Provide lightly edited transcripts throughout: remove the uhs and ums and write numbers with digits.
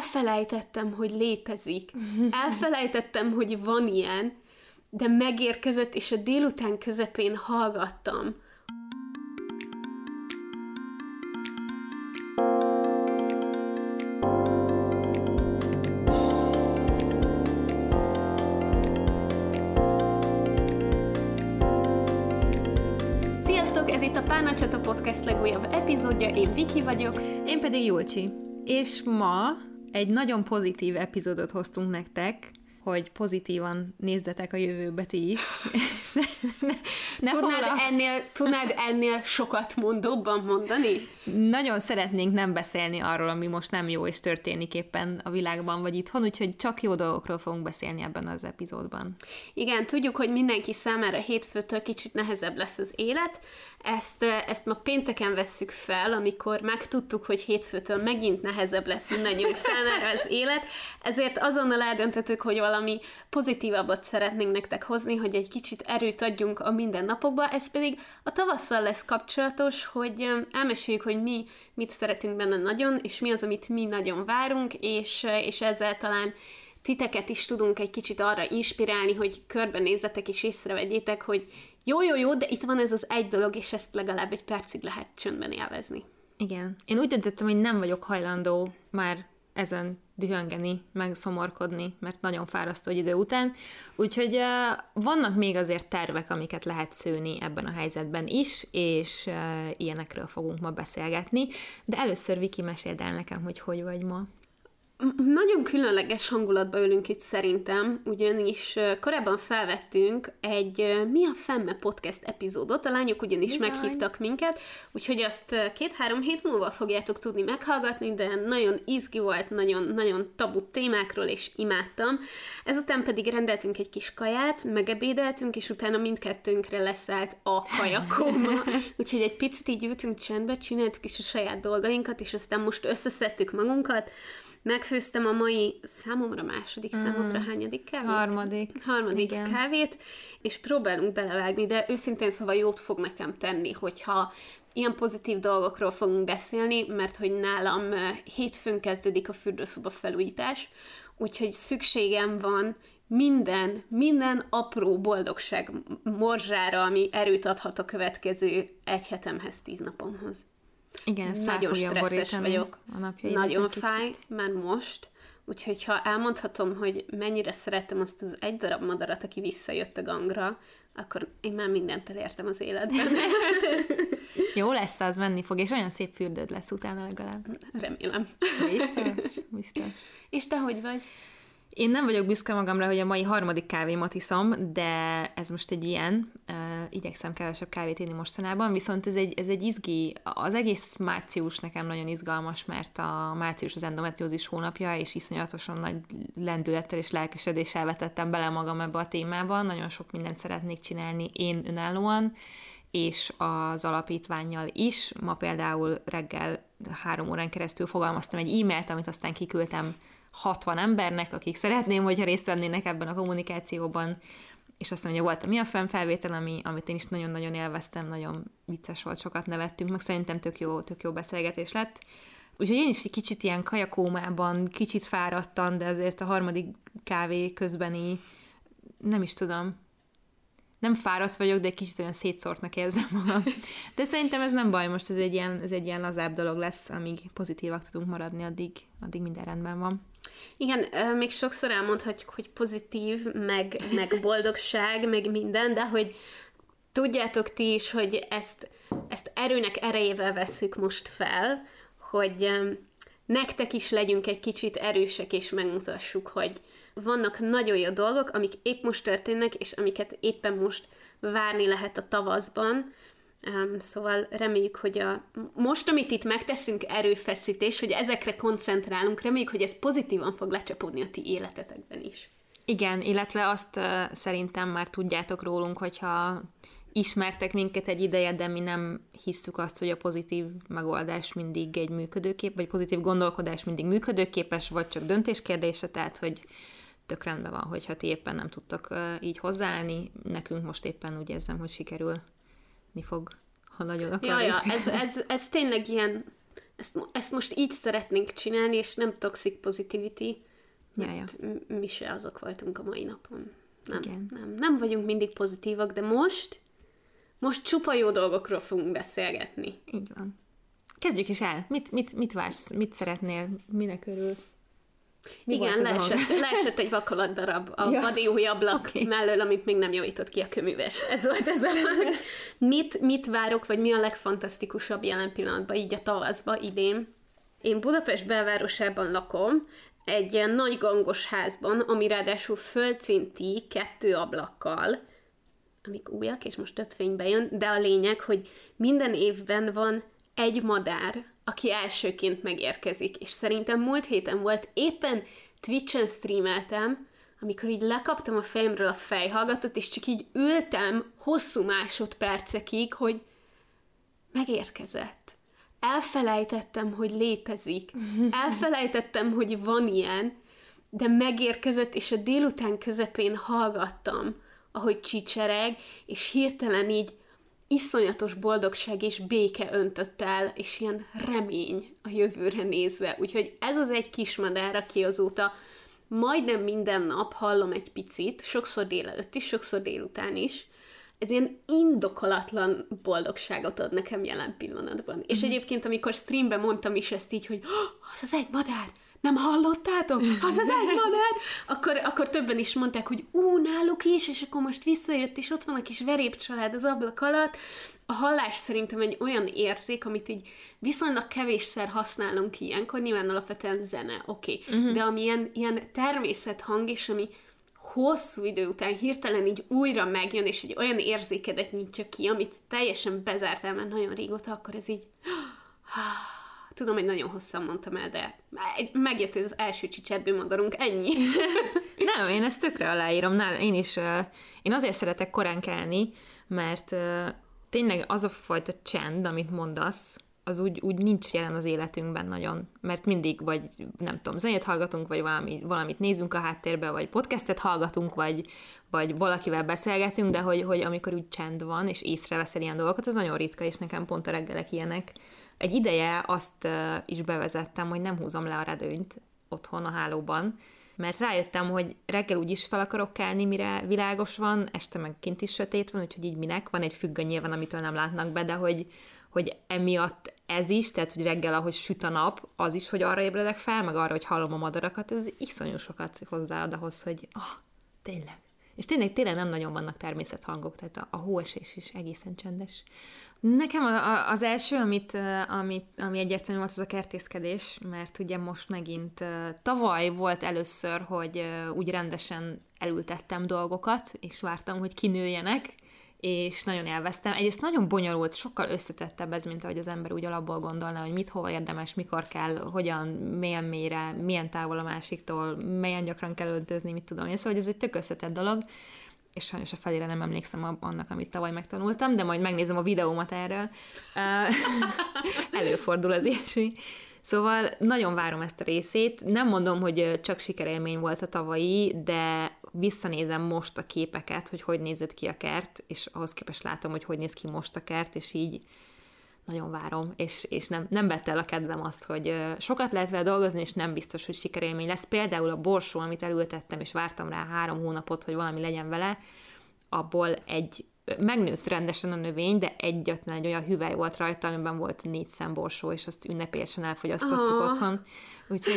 elfelejtettem, hogy létezik. Elfelejtettem, hogy van ilyen, de megérkezett, és a délután közepén hallgattam. Sziasztok, ez itt a Párnacsata Podcast legújabb epizódja, én Viki vagyok. Én pedig Julcsi. És ma egy nagyon pozitív epizódot hoztunk nektek, hogy pozitívan nézzetek a jövőbe ti is. Tudnád ennél sokat mondóbban mondani? Nagyon szeretnénk nem beszélni arról, ami most nem jó és történik éppen a világban vagy itthon, úgyhogy csak jó dolgokról fogunk beszélni ebben az epizódban. Igen, tudjuk, hogy mindenki számára hétfőtől kicsit nehezebb lesz az élet. Ezt ma pénteken vesszük fel, amikor megtudtuk, hogy hétfőtől megint nehezebb lesz mindannyiunk számára az élet. Ezért azonnal eldöntöttük, hogy valami pozitívabbat szeretnénk nektek hozni, hogy egy kicsit erőt adjunk a mindennapokba. Ez pedig a tavasszal lesz kapcsolatos, hogy elmeséljük, hogy mi mit szeretünk benne nagyon, és mi az, amit mi nagyon várunk, és ezzel talán titeket is tudunk egy kicsit arra inspirálni, hogy körbenézzetek és észrevegyétek, hogy jó, de itt van ez az egy dolog, és ezt legalább egy percig lehet csöndben élvezni. Igen. Én úgy döntöttem, hogy nem vagyok hajlandó már ezen dühöngeni, meg szomorkodni, mert nagyon fárasztó egy idő után. Úgyhogy vannak még azért tervek, amiket lehet szőni ebben a helyzetben is, és ilyenekről fogunk ma beszélgetni. De először Viki, meséld el nekem, hogy vagy ma. Nagyon különleges hangulatba ülünk itt szerintem, ugyanis korábban felvettünk egy Mi a Femme podcast epizódot, a lányok ugyanis meghívtak minket, úgyhogy azt 2-3 hét múlva fogjátok tudni meghallgatni, de nagyon izgi volt, nagyon tabu témákról, és imádtam. Ezután pedig rendeltünk egy kis kaját, megebédeltünk, és utána mindkettőnkre leszállt a kajakóma, úgyhogy egy picit így ültünk csendbe, csináltuk is a saját dolgainkat, és aztán most összeszedtük magunkat. Megfőztem a mai számomra hányadik kávét? Harmadik kávét, és próbálunk belevágni, de őszintén szóval jót fog nekem tenni, hogyha ilyen pozitív dolgokról fogunk beszélni, mert hogy nálam hétfőn kezdődik a fürdőszoba felújítás, úgyhogy szükségem van minden apró boldogság morzsára, ami erőt adhat a következő 1 hetemhez, 10 napomhoz. Igen, ez nagyon stresszes vagyok. Nagyon fáj, kicsit. már most. Úgyhogy ha elmondhatom, hogy mennyire szerettem azt az egy darab madarat, aki visszajött a gangra, akkor én már mindent elértem az életben. Jó lesz az, menni fog, és olyan szép fürdőd lesz utána legalább. Remélem. Biztos. És te hogy vagy? Én nem vagyok büszke magamra, hogy a mai 3. kávémat iszom, de ez most egy ilyen, igyekszem kevesebb kávét inni mostanában, viszont ez egy izgi, az egész március nekem nagyon izgalmas, mert a március az endometriózis hónapja, és iszonyatosan nagy lendülettel és lelkesedéssel vetettem bele magam ebbe a témába, nagyon sok mindent szeretnék csinálni én önállóan, és az alapítvánnyal is. Ma például reggel 3 órán keresztül fogalmaztam egy e-mailt, amit aztán kiküldtem 60 embernek, akik szeretném, hogyha részt vennének ebben a kommunikációban, és aztán ugye volt a Mi a Femme felvétel, amit én is nagyon-nagyon élveztem, nagyon vicces volt, sokat nevettünk, meg szerintem tök jó beszélgetés lett. Úgyhogy én is egy kicsit ilyen kajakómában, kicsit fáradtam, de azért a 3. kávé közbeni, nem is tudom, nem fáradt vagyok, de kicsit olyan szétszórtnak érzem magam. De szerintem ez nem baj, most ez egy ilyen lazább dolog lesz, amíg pozitívak tudunk maradni, addig minden rendben van. Igen, még sokszor elmondhatjuk, hogy pozitív, meg boldogság, meg minden, de hogy tudjátok ti is, hogy ezt erőnek erejével vesszük most fel, hogy nektek is legyünk egy kicsit erősek, és megmutassuk, hogy vannak nagyon jó dolgok, amik épp most történnek, és amiket éppen most várni lehet a tavaszban. Szóval reméljük, hogy most, amit itt megteszünk, erőfeszítés, hogy ezekre koncentrálunk, reméljük, hogy ez pozitívan fog lecsapódni a ti életetekben is. Igen, illetve azt szerintem már tudjátok rólunk, hogyha ismertek minket egy ideje, de mi nem hisszük azt, hogy a pozitív megoldás mindig egy működőkép, vagy pozitív gondolkodás mindig működőképes, vagy csak döntéskérdése, tehát hogy tök rendben van, hogyha ti éppen nem tudtok így hozzáállni. Nekünk most éppen úgy érzem, hogy sikerülni fog, ha nagyon akarjuk. Ja, ez tényleg ilyen ezt most így szeretnénk csinálni, és nem toxic positivity, mert mi se azok voltunk a mai napon. Nem vagyunk mindig pozitívak, de most csupa jó dolgokról fogunk beszélgetni. Így van. Kezdjük is el. Mit vársz? Mit szeretnél? Minek örülsz? Igen, leesett egy vakolatdarab a vadi új ablak mellől, amit még nem javított ki a köműves. Ez volt ez a... Mit várok, vagy mi a legfantasztikusabb jelen pillanatban, így a tavaszban, idén? Én Budapest belvárosában lakom, egy ilyen nagy gangos házban, ami ráadásul földszinti 2 ablakkal, amik újak, és most több fénybe jön, de a lényeg, hogy minden évben van egy madár, aki elsőként megérkezik, és szerintem múlt héten volt, éppen Twitch-en streameltem, amikor így lekaptam a fejemről a fejhallgatót, és csak így ültem hosszú másodpercekig, hogy megérkezett. Elfelejtettem, hogy létezik. Elfelejtettem, hogy van ilyen, de megérkezett, és a délután közepén hallgattam, ahogy csicsereg, és hirtelen így iszonyatos boldogság és béke öntött el, és ilyen remény a jövőre nézve. Úgyhogy ez az egy kis madár, aki azóta majdnem minden nap hallom egy picit, sokszor délelőtt is, sokszor délután is. Ez ilyen indokolatlan boldogságot ad nekem jelen pillanatban. És egyébként, amikor streamben mondtam is ezt így, hogy az az egy madár, nem hallottátok? Az az egy madár! Akkor többen is mondták, hogy náluk is, és akkor most visszajött, és ott van a kis verépcsalád az ablak alatt. A hallás szerintem egy olyan érzék, amit így viszonylag kevésszer használunk ilyenkor, nyilván alapvetően zene, oké. De ami ilyen természethang, és ami hosszú idő után hirtelen így újra megjön, és egy olyan érzékedet nyitja ki, amit teljesen bezártál már nagyon régóta, akkor ez így... Tudom, hogy nagyon hosszan mondtam el, de megjött az első csicserbőmodorunk, ennyi. Nem, én ezt tökre aláírom. Én azért szeretek korán kelni, mert tényleg az a fajta csend, amit mondasz, az úgy nincs jelen az életünkben nagyon, mert mindig vagy, nem tudom, zenét hallgatunk, vagy valamit nézünk a háttérbe, vagy podcastet hallgatunk, vagy valakivel beszélgetünk, de hogy amikor úgy csend van, és észreveszel ilyen dolgokat, az nagyon ritka, és nekem pont a reggelek ilyenek. Egy ideje azt is bevezettem, hogy nem húzom le a redőnyt otthon a hálóban, mert rájöttem, hogy reggel úgyis fel akarok kelni, mire világos van, este meg kint is sötét van, úgyhogy így minek. Van egy függöny nyilván, amitől nem látnak be, de hogy emiatt ez is, tehát hogy reggel, ahogy süt a nap, az is, hogy arra ébredek fel, meg arra, hogy hallom a madarakat, ez iszonyú sokat hozzáad ahhoz, hogy tényleg. És tényleg nem nagyon vannak természethangok, tehát a hóesés is egészen csendes. Nekem az első, ami egyértelmű volt, az a kertészkedés, mert ugye most megint tavaly volt először, hogy úgy rendesen elültettem dolgokat, és vártam, hogy kinőjenek, és nagyon élveztem. Egyrészt nagyon bonyolult, sokkal összetettebb ez, mint ahogy az ember úgy alapból gondolna, hogy mit, hova érdemes, mikor kell, hogyan, milyen mélyre, milyen távol a másiktól, milyen gyakran kell öltözni, mit tudom én. Szóval ez egy tök összetett dolog, és sajnos a felére nem emlékszem annak, amit tavaly megtanultam, de majd megnézem a videómat erről. Előfordul az ilyesmi. Szóval nagyon várom ezt a részét. Nem mondom, hogy csak sikerélmény volt a tavalyi, de visszanézem most a képeket, hogy nézett ki a kert, és ahhoz képest látom, hogy néz ki most a kert, és így nagyon várom, és nem vette el a kedvem azt, hogy sokat lehet vele dolgozni, és nem biztos, hogy sikerélmény lesz. Például a borsó, amit elültettem, és vártam rá 3 hónapot, hogy valami legyen vele, abból megnőtt rendesen a növény, de egyetlen egy olyan hüvely volt rajta, amiben volt 4 szem borsó, és azt ünnepélyesen elfogyasztottuk otthon. Úgyhogy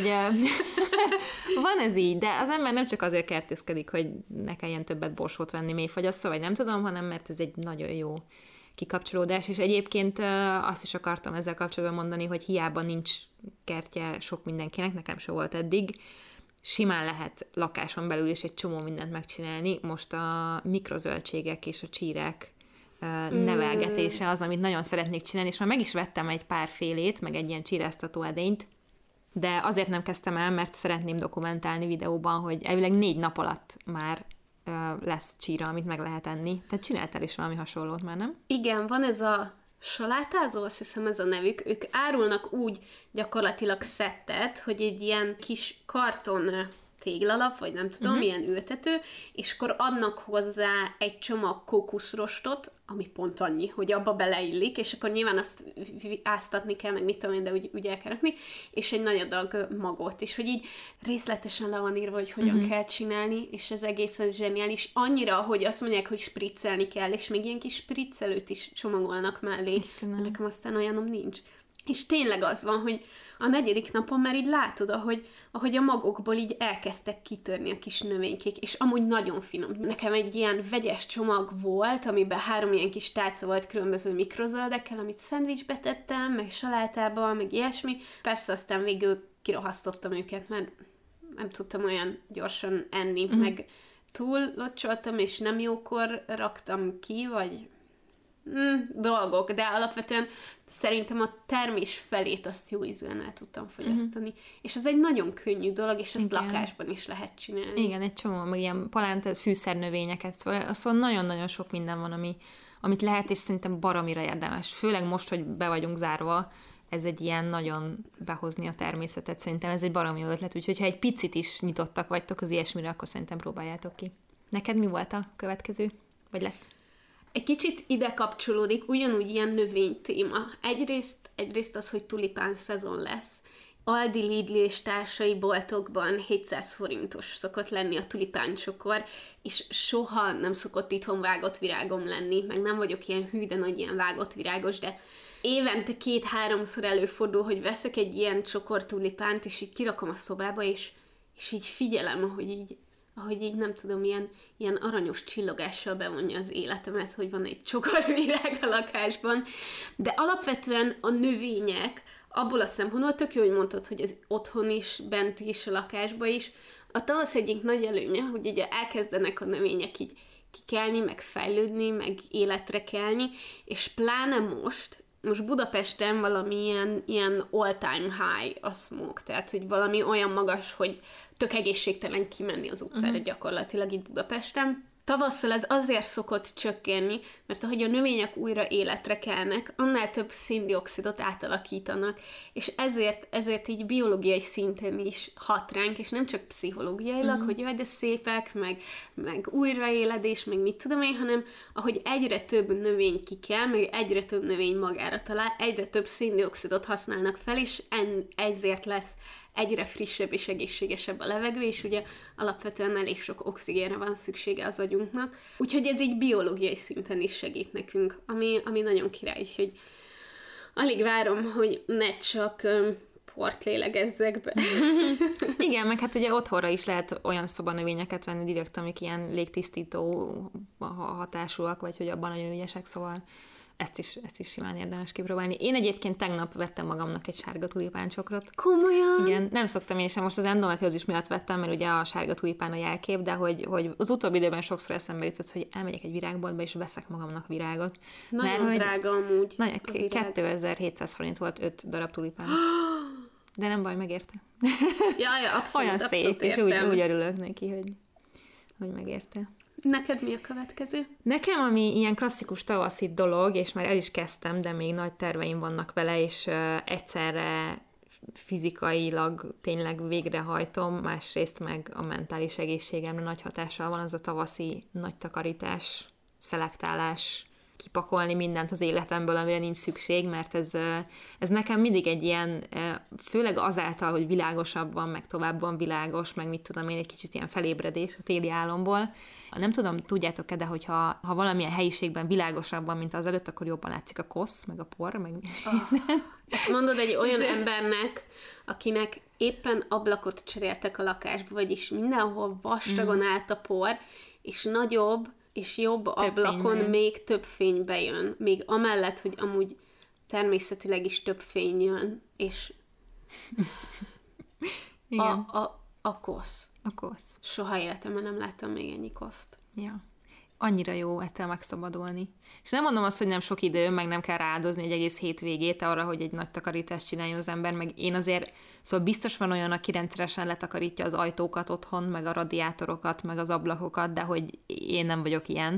van ez így, de az ember nem csak azért kertészkedik, hogy ne kelljen többet borsót venni mélyfagyasszal, vagy nem tudom, hanem mert ez egy nagyon jó kikapcsolódás, és egyébként azt is akartam ezzel kapcsolatban mondani, hogy hiába nincs kertje sok mindenkinek, nekem se volt eddig, simán lehet lakáson belül is egy csomó mindent megcsinálni. Most a mikrozöldségek és a csírek nevelgetése az, amit nagyon szeretnék csinálni, és már meg is vettem egy pár félét, meg egy ilyen csíráztató edényt, de azért nem kezdtem el, mert szeretném dokumentálni videóban, hogy elvileg 4 nap alatt már lesz csíra, amit meg lehet enni. Tehát csináltál is valami hasonlót már, nem? Igen, van ez a salátázó, azt hiszem ez a nevük. Ők árulnak úgy gyakorlatilag szettet, hogy egy ilyen kis karton téglalap, vagy nem tudom, ilyen ültető, és akkor adnak hozzá egy csomag kókuszrostot, ami pont annyi, hogy abba beleillik, és akkor nyilván azt áztatni kell, meg mit tudom én, de úgy el kell rakni, és egy nagy adag magot, és hogy így részletesen le van írva, hogy hogyan kell csinálni, és ez egészen zseniális. Annyira, hogy azt mondják, hogy spriccelni kell, és még ilyen kis spriccelőt is csomagolnak mellé. Istenem. Nekem aztán olyanom nincs. És tényleg az van, hogy a 4. napon már így látod, ahogy a magokból így elkezdtek kitörni a kis növénykék, és amúgy nagyon finom. Nekem egy ilyen vegyes csomag volt, amiben 3 ilyen kis tálca volt különböző mikrozöldekkel, amit szendvicsbe tettem, meg salátába, meg ilyesmi. Persze aztán végül kirohasztottam őket, mert nem tudtam olyan gyorsan enni, meg túl locsoltam, és nem jókor raktam ki, vagy dolgok, de alapvetően szerintem a termés felét azt jó ízűen el tudtam fogyasztani. És ez egy nagyon könnyű dolog, és ezt lakásban is lehet csinálni. Igen, egy csomó, meg ilyen palánt, fűszernövényeket, szóval nagyon-nagyon sok minden van, amit lehet, és szerintem baromira érdemes. Főleg most, hogy be vagyunk zárva, ez egy ilyen nagyon behozni a természetet. Szerintem ez egy baromi jó ötlet, úgyhogy ha egy picit is nyitottak vagytok az ilyesmire, akkor szerintem próbáljátok ki. Neked mi volt a következő? Vagy lesz? Egy kicsit ide kapcsolódik, ugyanúgy ilyen növénytéma. Egyrészt az, hogy tulipán szezon lesz. Aldi, Lidl és társai boltokban 700 forintos szokott lenni a tulipáncsokor, és soha nem szokott itthon vágott virágom lenni, meg nem vagyok ilyen hű, de nagy ilyen vágott virágos, de évente 2-3-szor előfordul, hogy veszek egy ilyen csokor tulipánt, és így kirakom a szobába, és így figyelem, ahogy így nem tudom, ilyen aranyos csillogással bevonja az életemet, hogy van egy csokor virág a lakásban. De alapvetően a növények, abból a szempontból tök jó, hogy mondtad, hogy ez otthon is, bent is, a lakásban is. A tavasz egyik nagy előnye, hogy ugye elkezdenek a növények így kikelni, meg fejlődni, meg életre kelni, és pláne most Budapesten valami ilyen all-time high a smog, tehát, hogy valami olyan magas, hogy tök egészségtelen kimenni az utcára gyakorlatilag itt Budapesten. Tavasszal ez azért szokott csökkenni, mert ahogy a növények újra életre kelnek, annál több szén-dioxidot átalakítanak, és ezért így biológiai szinten is hat ránk, és nem csak pszichológiailag, hogy jaj, de szépek, meg újraéledés, meg mit tudom én, hanem ahogy egyre több növény kikel, meg egyre több növény magára talál, egyre több szén-dioxidot használnak fel, és ezért lesz egyre frissebb és egészségesebb a levegő, és ugye alapvetően elég sok oxigénre van szüksége az agyunknak. Úgyhogy ez így biológiai szinten is segít nekünk, ami nagyon király, úgyhogy alig várom, hogy ne csak port lélegezzek be. Igen, meg hát ugye otthonra is lehet olyan szobanövényeket venni direkt, amik ilyen légtisztító hatásúak, vagy hogy abban nagyon ügyesek, szóval ezt is simán érdemes kipróbálni. Én egyébként tegnap vettem magamnak egy sárga tulipáncsokrot. Komolyan? Igen, nem szoktam én sem, most az endometriózis miatt vettem, mert ugye a sárga tulipán a jelkép, de hogy az utóbbi időben sokszor eszembe jutott, hogy elmegyek egy virágboltba, és veszek magamnak virágot. Nagyon drága amúgy. 2700 forint volt 5 darab tulipán. De nem baj, megérte. Ja, abszolút, olyan szép, és úgy örülök neki, hogy megérte. Neked mi a következő? Nekem, ami ilyen klasszikus tavaszi dolog, és már el is kezdtem, de még nagy terveim vannak vele, és egyszerre fizikailag tényleg végrehajtom, másrészt meg a mentális egészségemre nagy hatással van, az a tavaszi nagy takarítás, szelektálás, kipakolni mindent az életemből, amire nincs szükség, mert ez nekem mindig egy ilyen, főleg azáltal, hogy világosabb van, meg tovább van világos, meg mit tudom én, egy kicsit ilyen felébredés a téli álomból. Nem tudom, tudjátok-e, de hogyha valamilyen helyiségben világosabban, mint az előtt, akkor jobban látszik a kosz, meg a por, meg Ezt mondod egy olyan embernek, akinek éppen ablakot cseréltek a lakásba, vagyis mindenhol vastagon állt a por, és nagyobb és jobb ablakon még több fény bejön. Még amellett, hogy amúgy természetileg is több fény jön, és igen. A kosz. A kosz. Soha életemben nem láttam még ennyi koszt. Ja. Annyira jó ettől megszabadulni. És nem mondom azt, hogy nem sok idő, meg nem kell rááldozni egy egész hétvégét arra, hogy egy nagy takarítást csináljon az ember, meg én azért, szóval biztos van olyan, aki rendszeresen letakarítja az ajtókat otthon, meg a radiátorokat, meg az ablakokat, de hogy én nem vagyok ilyen,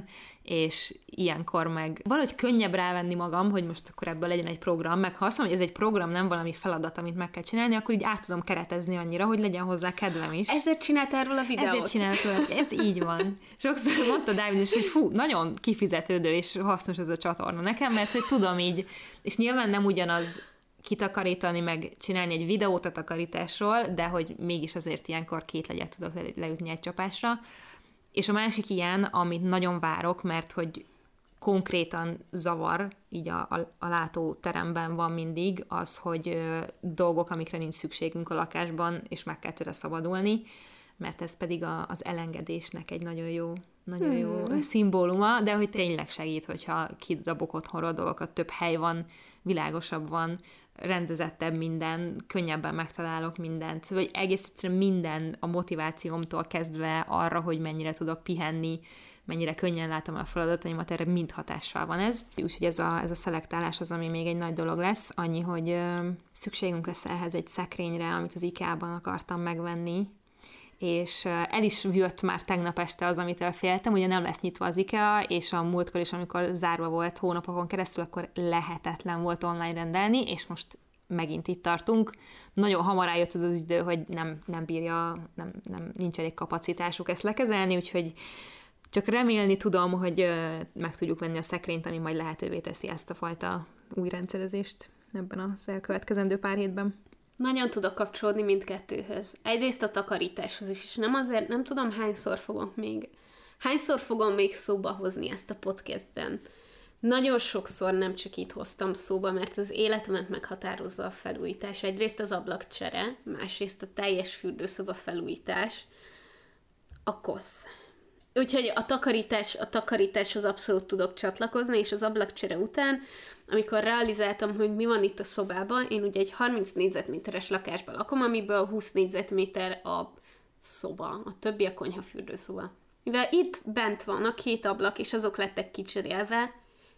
és ilyenkor meg valahogy könnyebb rávenni magam, hogy most akkor ebből legyen egy program, meg ha azt mondom, hogy ez egy program, nem valami feladat, amit meg kell csinálni, akkor így át tudom keretezni annyira, hogy legyen hozzá kedvem is. Ezért csináltál róla a videót. Ezért csináltam, ez így van. Sokszor mondta Dávid is, hogy fú, nagyon kifizetődő és hasznos ez a csatorna nekem, mert hogy tudom így, és nyilván nem ugyanaz kitakarítani, meg csinálni egy videót a takarításról, de hogy mégis azért ilyenkor 2 legyet tudok leütni egy csapásra. És a másik ilyen, amit nagyon várok, mert hogy konkrétan zavar, így a látóteremben van mindig, az, hogy dolgok, amikre nincs szükségünk a lakásban, és meg kell tőle szabadulni, mert ez pedig az elengedésnek egy nagyon jó szimbóluma, de hogy tényleg segít, hogyha kidobok otthonról dolgokat, több hely van, világosabb van, rendezettebb minden, könnyebben megtalálok mindent, vagy egész egyszerűen minden a motivációmtól kezdve arra, hogy mennyire tudok pihenni, mennyire könnyen látom a feladataimat, erre mind hatással van ez. Úgyhogy ez a szelektálás az, ami még egy nagy dolog lesz, annyi, hogy szükségünk lesz ehhez egy szekrényre, amit az IKEA-ban akartam megvenni, és el is jött már tegnap este az, amitől féltem, ugye nem lesz nyitva az IKEA, és a múltkor is, amikor zárva volt hónapokon keresztül, akkor lehetetlen volt online rendelni, és most megint itt tartunk. Nagyon hamar eljött az idő, hogy nem bírja, nincs elég kapacitásuk ezt lekezelni, úgyhogy csak remélni tudom, hogy meg tudjuk venni a szekrényt, ami majd lehetővé teszi ezt a fajta új rendszerezést ebben az elkövetkezendő pár hétben. Nagyon tudok kapcsolódni mindkettőhöz. Egyrészt a takarításhoz is, és nem azért, nem tudom hányszor fogom még szóba hozni ezt a podcastben. Nagyon sokszor nem csak itt hoztam szóba, mert az életemet meghatározza a felújítás. Egyrészt az ablakcsere, másrészt a teljes fürdőszoba felújítás, a kosz. Úgyhogy a takarításhoz abszolút tudok csatlakozni, és az ablakcsere után, amikor realizáltam, hogy mi van itt a szobában, én ugye egy 30 négyzetméteres lakásban lakom, amiből 20 négyzetméter a szoba, a többi a konyhafürdőszoba. Mivel itt bent van a 2 ablak, és azok lettek kicserélve,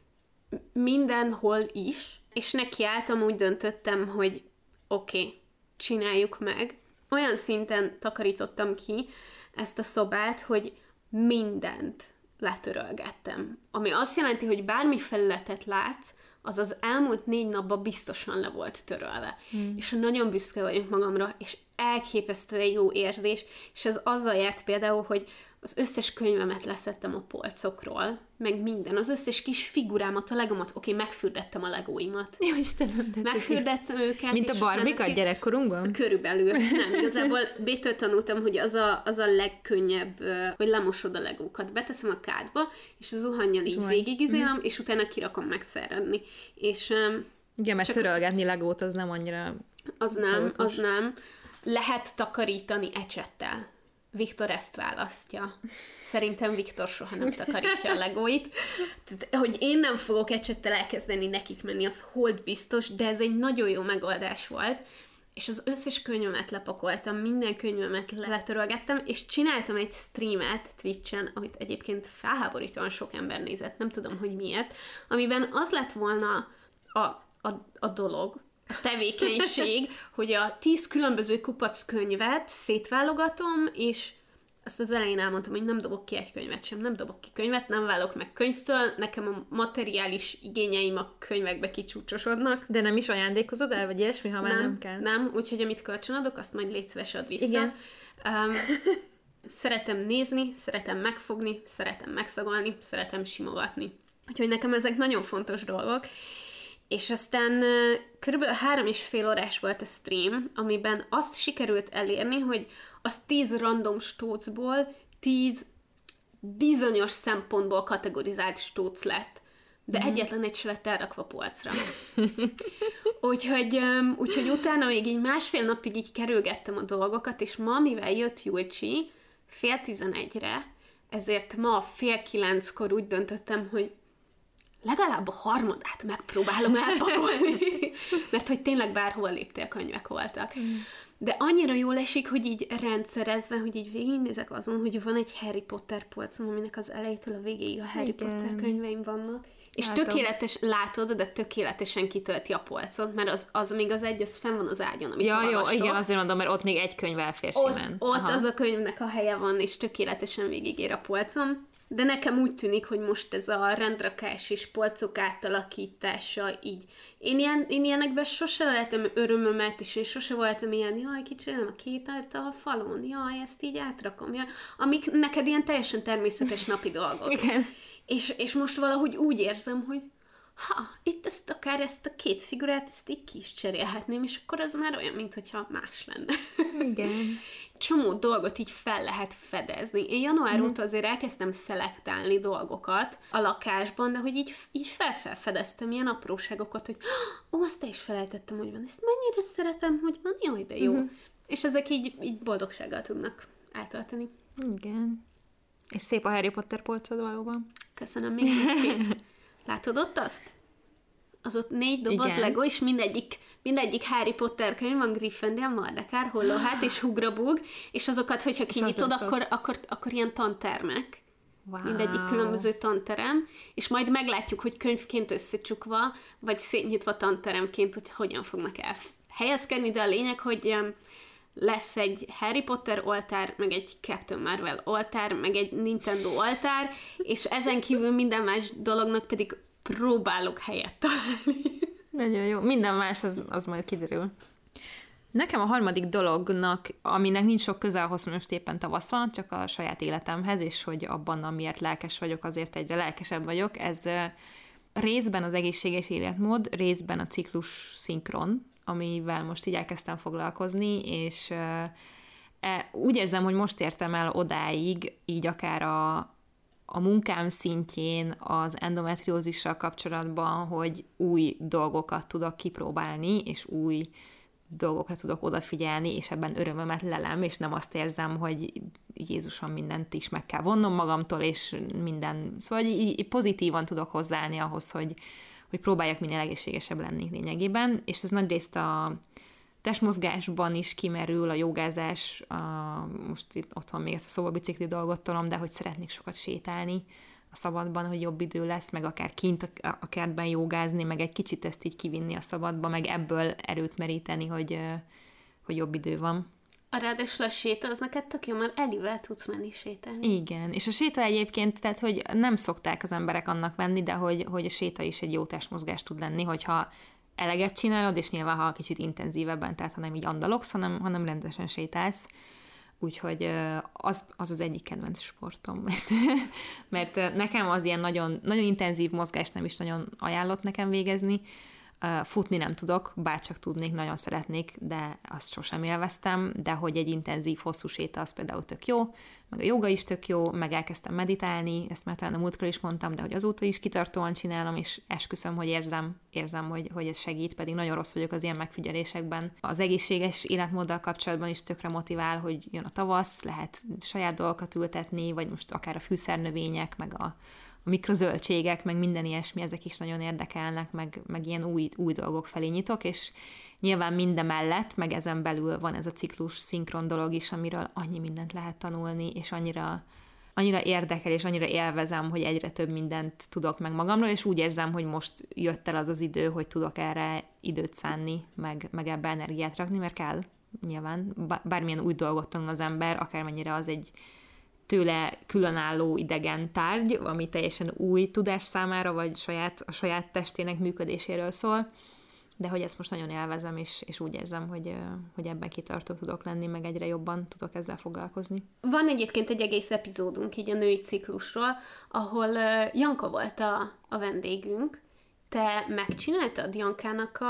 mindenhol is, és nekiálltam, úgy döntöttem, hogy oké, csináljuk meg. Olyan szinten takarítottam ki ezt a szobát, hogy mindent letörölgettem. Ami azt jelenti, hogy bármi felületet látsz, az elmúlt 4 napban biztosan le volt törölve. És nagyon büszke vagyok magamra, és elképesztően jó érzés, és ez azzal járt például, hogy az összes könyvemet leszettem a polcokról, meg minden, az összes kis figurámat, a legomat, megfürdettem a legóimat. Jó Istenem, de megfürdettem őket. Mint a Barbie-kat gyerekkorunkban? Körülbelül. Nem, igazából B-től tanultam, hogy az a legkönnyebb, hogy lemosod a legókat. Beteszem a kádba, és a zuhannyal így végigizélem, és utána kirakom megszeredni. És igen, mert törölgetni legót az nem annyira... Az nem. Lehet takarítani ecsettel. Viktor ezt választja. Szerintem Viktor soha nem takarítja a legóit. Tehát, hogy én nem fogok ecsettel elkezdeni nekik menni, az hold biztos, de ez egy nagyon jó megoldás volt, és az összes könyvemet lepakoltam, minden könyvemet letörölgettem, és csináltam egy streamet Twitchen, amit egyébként felháborítóan sok ember nézett, nem tudom, hogy miért, amiben az lett volna a dolog, a tevékenység, hogy a 10 különböző kupac könyvet szétválogatom, és azt az elején elmondtam, hogy nem dobok ki egy könyvet sem, nem dobok ki könyvet, nem válok meg könyvtől, nekem a materiális igényeim a könyvekbe kicsúcsosodnak. De nem is ajándékozod el, vagy ilyesmi, ha már nem kell? Nem, úgyhogy amit kölcsönadok, azt majd légy szíves, add vissza. Igen. Szeretem nézni, szeretem megfogni, szeretem megszagolni, szeretem simogatni. Úgyhogy nekem ezek nagyon fontos dolgok. És aztán körülbelül 3,5 órás volt a stream, amiben azt sikerült elérni, hogy az 10 random stócból 10 bizonyos szempontból kategorizált stóc lett. De egyetlen egy se lett elrakva polcra. Úgyhogy utána még így 1,5 napig így kerülgettem a dolgokat, és ma, mivel jött Julcsi 10:30-re, ezért ma 8:30-kor úgy döntöttem, hogy legalább a harmadát megpróbálom elpakolni, mert hogy tényleg bárhol léptélkönyvek voltak. De annyira jól esik, hogy így rendszerezve, hogy így végignézek azon, hogy van egy Harry Potter polcom, aminek az elejétől a végéig a Harry Potter könyveim vannak. És tökéletes, látod, de tökéletesen kitölti a polcot, mert az még az fenn van az ágyon, amit olvasok. Jó, igen, azért mondom, mert ott még egy könyv elfér simán. Ott az a könyvnek a helye van, és tökéletesen végigér a polcom. de nekem úgy tűnik, hogy most ez a rendrakás és polcok átalakítása így. Én ilyenekben sose lehetem örömömet, és én sose voltam ilyen, jaj, kicserélem a képet a falon, jaj, ezt így átrakom, jaj, amik neked ilyen teljesen természetes napi dolgok. Igen. És most valahogy úgy érzem, hogy itt akár ezt a két figurát, ezt így ki is cserélhetném, és akkor az már olyan, mintha más lenne. Igen. Csomó dolgot így fel lehet fedezni. Én január óta azért elkezdtem szelektálni dolgokat a lakásban, de hogy így felfedeztem ilyen apróságokat, hogy azt is felejtettem, hogy van, ezt mennyire szeretem, hogy van, jaj, de jó. És ezek így boldogsággal tudnak átölteni. Igen. És szép a Harry Potter polcod valóban. Köszönöm, még kész. Látod ott azt? Az ott 4 doboz Lego, és mindegyik Harry Potter könyv van, Gryffindor, Mardekár, Hollóhát és Hugrabug, és azokat, hogyha kinyitod, akkor ilyen tantermek. Wow. Mindegyik különböző tanterem, és majd meglátjuk, hogy könyvként összecsukva, vagy szétnyitva tanteremként, hogy hogyan fognak elhelyezkedni, de a lényeg, hogy lesz egy Harry Potter oltár, meg egy Captain Marvel oltár, meg egy Nintendo oltár, és ezen kívül minden más dolognak pedig próbálok helyet találni. Nagyon jó. Minden más, az majd kiderül. Nekem a harmadik dolognak, aminek nincs sok köze ahhoz, hogy most éppen tavasz van, csak a saját életemhez, és hogy abban, amiért lelkes vagyok, azért egyre lelkesebb vagyok, ez részben az egészséges életmód, részben a ciklus szinkron, amivel most így elkezdtem foglalkozni, és úgy érzem, hogy most értem el odáig, így akár a munkám szintjén, az endometriózissal kapcsolatban, hogy új dolgokat tudok kipróbálni, és új dolgokra tudok odafigyelni, és ebben örömömet lelem, és nem azt érzem, hogy Jézusom, mindent is meg kell vonnom magamtól, és minden... Szóval így pozitívan tudok hozzáállni ahhoz, hogy próbáljak minél egészségesebb lenni lényegében, és ez nagyrészt a testmozgásban is kimerül, a jogázás, most itt otthon még ezt a szobabicikli dolgot tolom, de hogy szeretnék sokat sétálni a szabadban, hogy jobb idő lesz, meg akár kint a kertben jogázni, meg egy kicsit ezt így kivinni a szabadba, meg ebből erőt meríteni, hogy jobb idő van. Ráadásul a séta, az neked tök jó, mert Elivel tudsz menni sétálni. Igen, és a séta egyébként, tehát hogy nem szokták az emberek annak venni, de hogy a séta is egy jó testmozgás tud lenni, hogyha eleget csinálod, és nyilván ha kicsit intenzívebben, tehát ha nem így andalogsz, hanem rendesen sétálsz. Úgyhogy az egyik kedvenc sportom, mert nekem az ilyen nagyon, nagyon intenzív mozgást nem is nagyon ajánlott nekem végezni. Futni nem tudok, bárcsak tudnék, nagyon szeretnék, de azt sosem élveztem, de hogy egy intenzív, hosszú séta az például tök jó, meg a jóga is tök jó, meg elkezdtem meditálni, ezt már talán a múltkor is mondtam, de hogy azóta is kitartóan csinálom, és esküszöm, hogy érzem, hogy ez segít, pedig nagyon rossz vagyok az ilyen megfigyelésekben. Az egészséges életmóddal kapcsolatban is tökre motivál, hogy jön a tavasz, lehet saját dolgokat ültetni, vagy most akár a fűszernövények, meg a mikrozöldségek, meg minden ilyesmi, ezek is nagyon érdekelnek, meg ilyen új dolgok felé nyitok, és nyilván mindemellett, meg ezen belül van ez a ciklus szinkron dolog is, amiről annyi mindent lehet tanulni, és annyira érdekel, és annyira élvezem, hogy egyre több mindent tudok meg magamról, és úgy érzem, hogy most jött el az idő, hogy tudok erre időt szánni, meg ebbe energiát rakni, mert kell nyilván, bármilyen új dolgot tanul az ember, akármennyire az egy tőle különálló idegen tárgy, ami teljesen új tudás számára, vagy a saját testének működéséről szól, de hogy ezt most nagyon élvezem, és úgy érzem, hogy ebben kitartó tudok lenni, meg egyre jobban tudok ezzel foglalkozni. Van egyébként egy egész epizódunk így a női ciklusról, ahol Janka volt a vendégünk. Te megcsináltad Jankának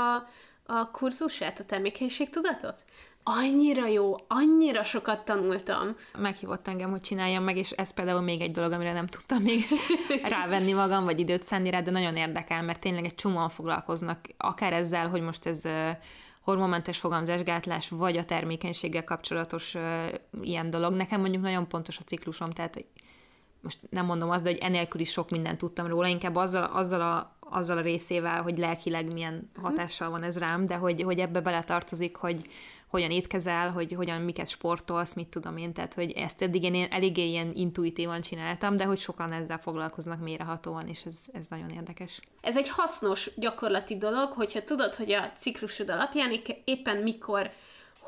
a kurzusát, a termékenységtudatot? Annyira jó, annyira sokat tanultam. Meghívott engem, hogy csináljam meg, és ez például még egy dolog, amire nem tudtam még rávenni magam, vagy időt szánni rá, de nagyon érdekel, mert tényleg egy csomóan foglalkoznak, akár ezzel, hogy most ez hormonmentes fogamzásgátlás, vagy a termékenységgel kapcsolatos ilyen dolog. Nekem mondjuk nagyon pontos a ciklusom, tehát most nem mondom azt, de hogy enélkül is sok mindent tudtam róla, inkább azzal a részével, hogy lelkileg milyen hatással van ez rám, de hogy ebbe beletartozik, hogy hogyan étkezel, hogy hogyan miket sportolsz, mit tudom én, tehát hogy ezt eddig én eléggé ilyen intuitívan csináltam, de hogy sokan ezzel foglalkoznak mélyrehatóan, és ez nagyon érdekes. Ez egy hasznos gyakorlati dolog, hogyha tudod, hogy a ciklusod alapján éppen mikor,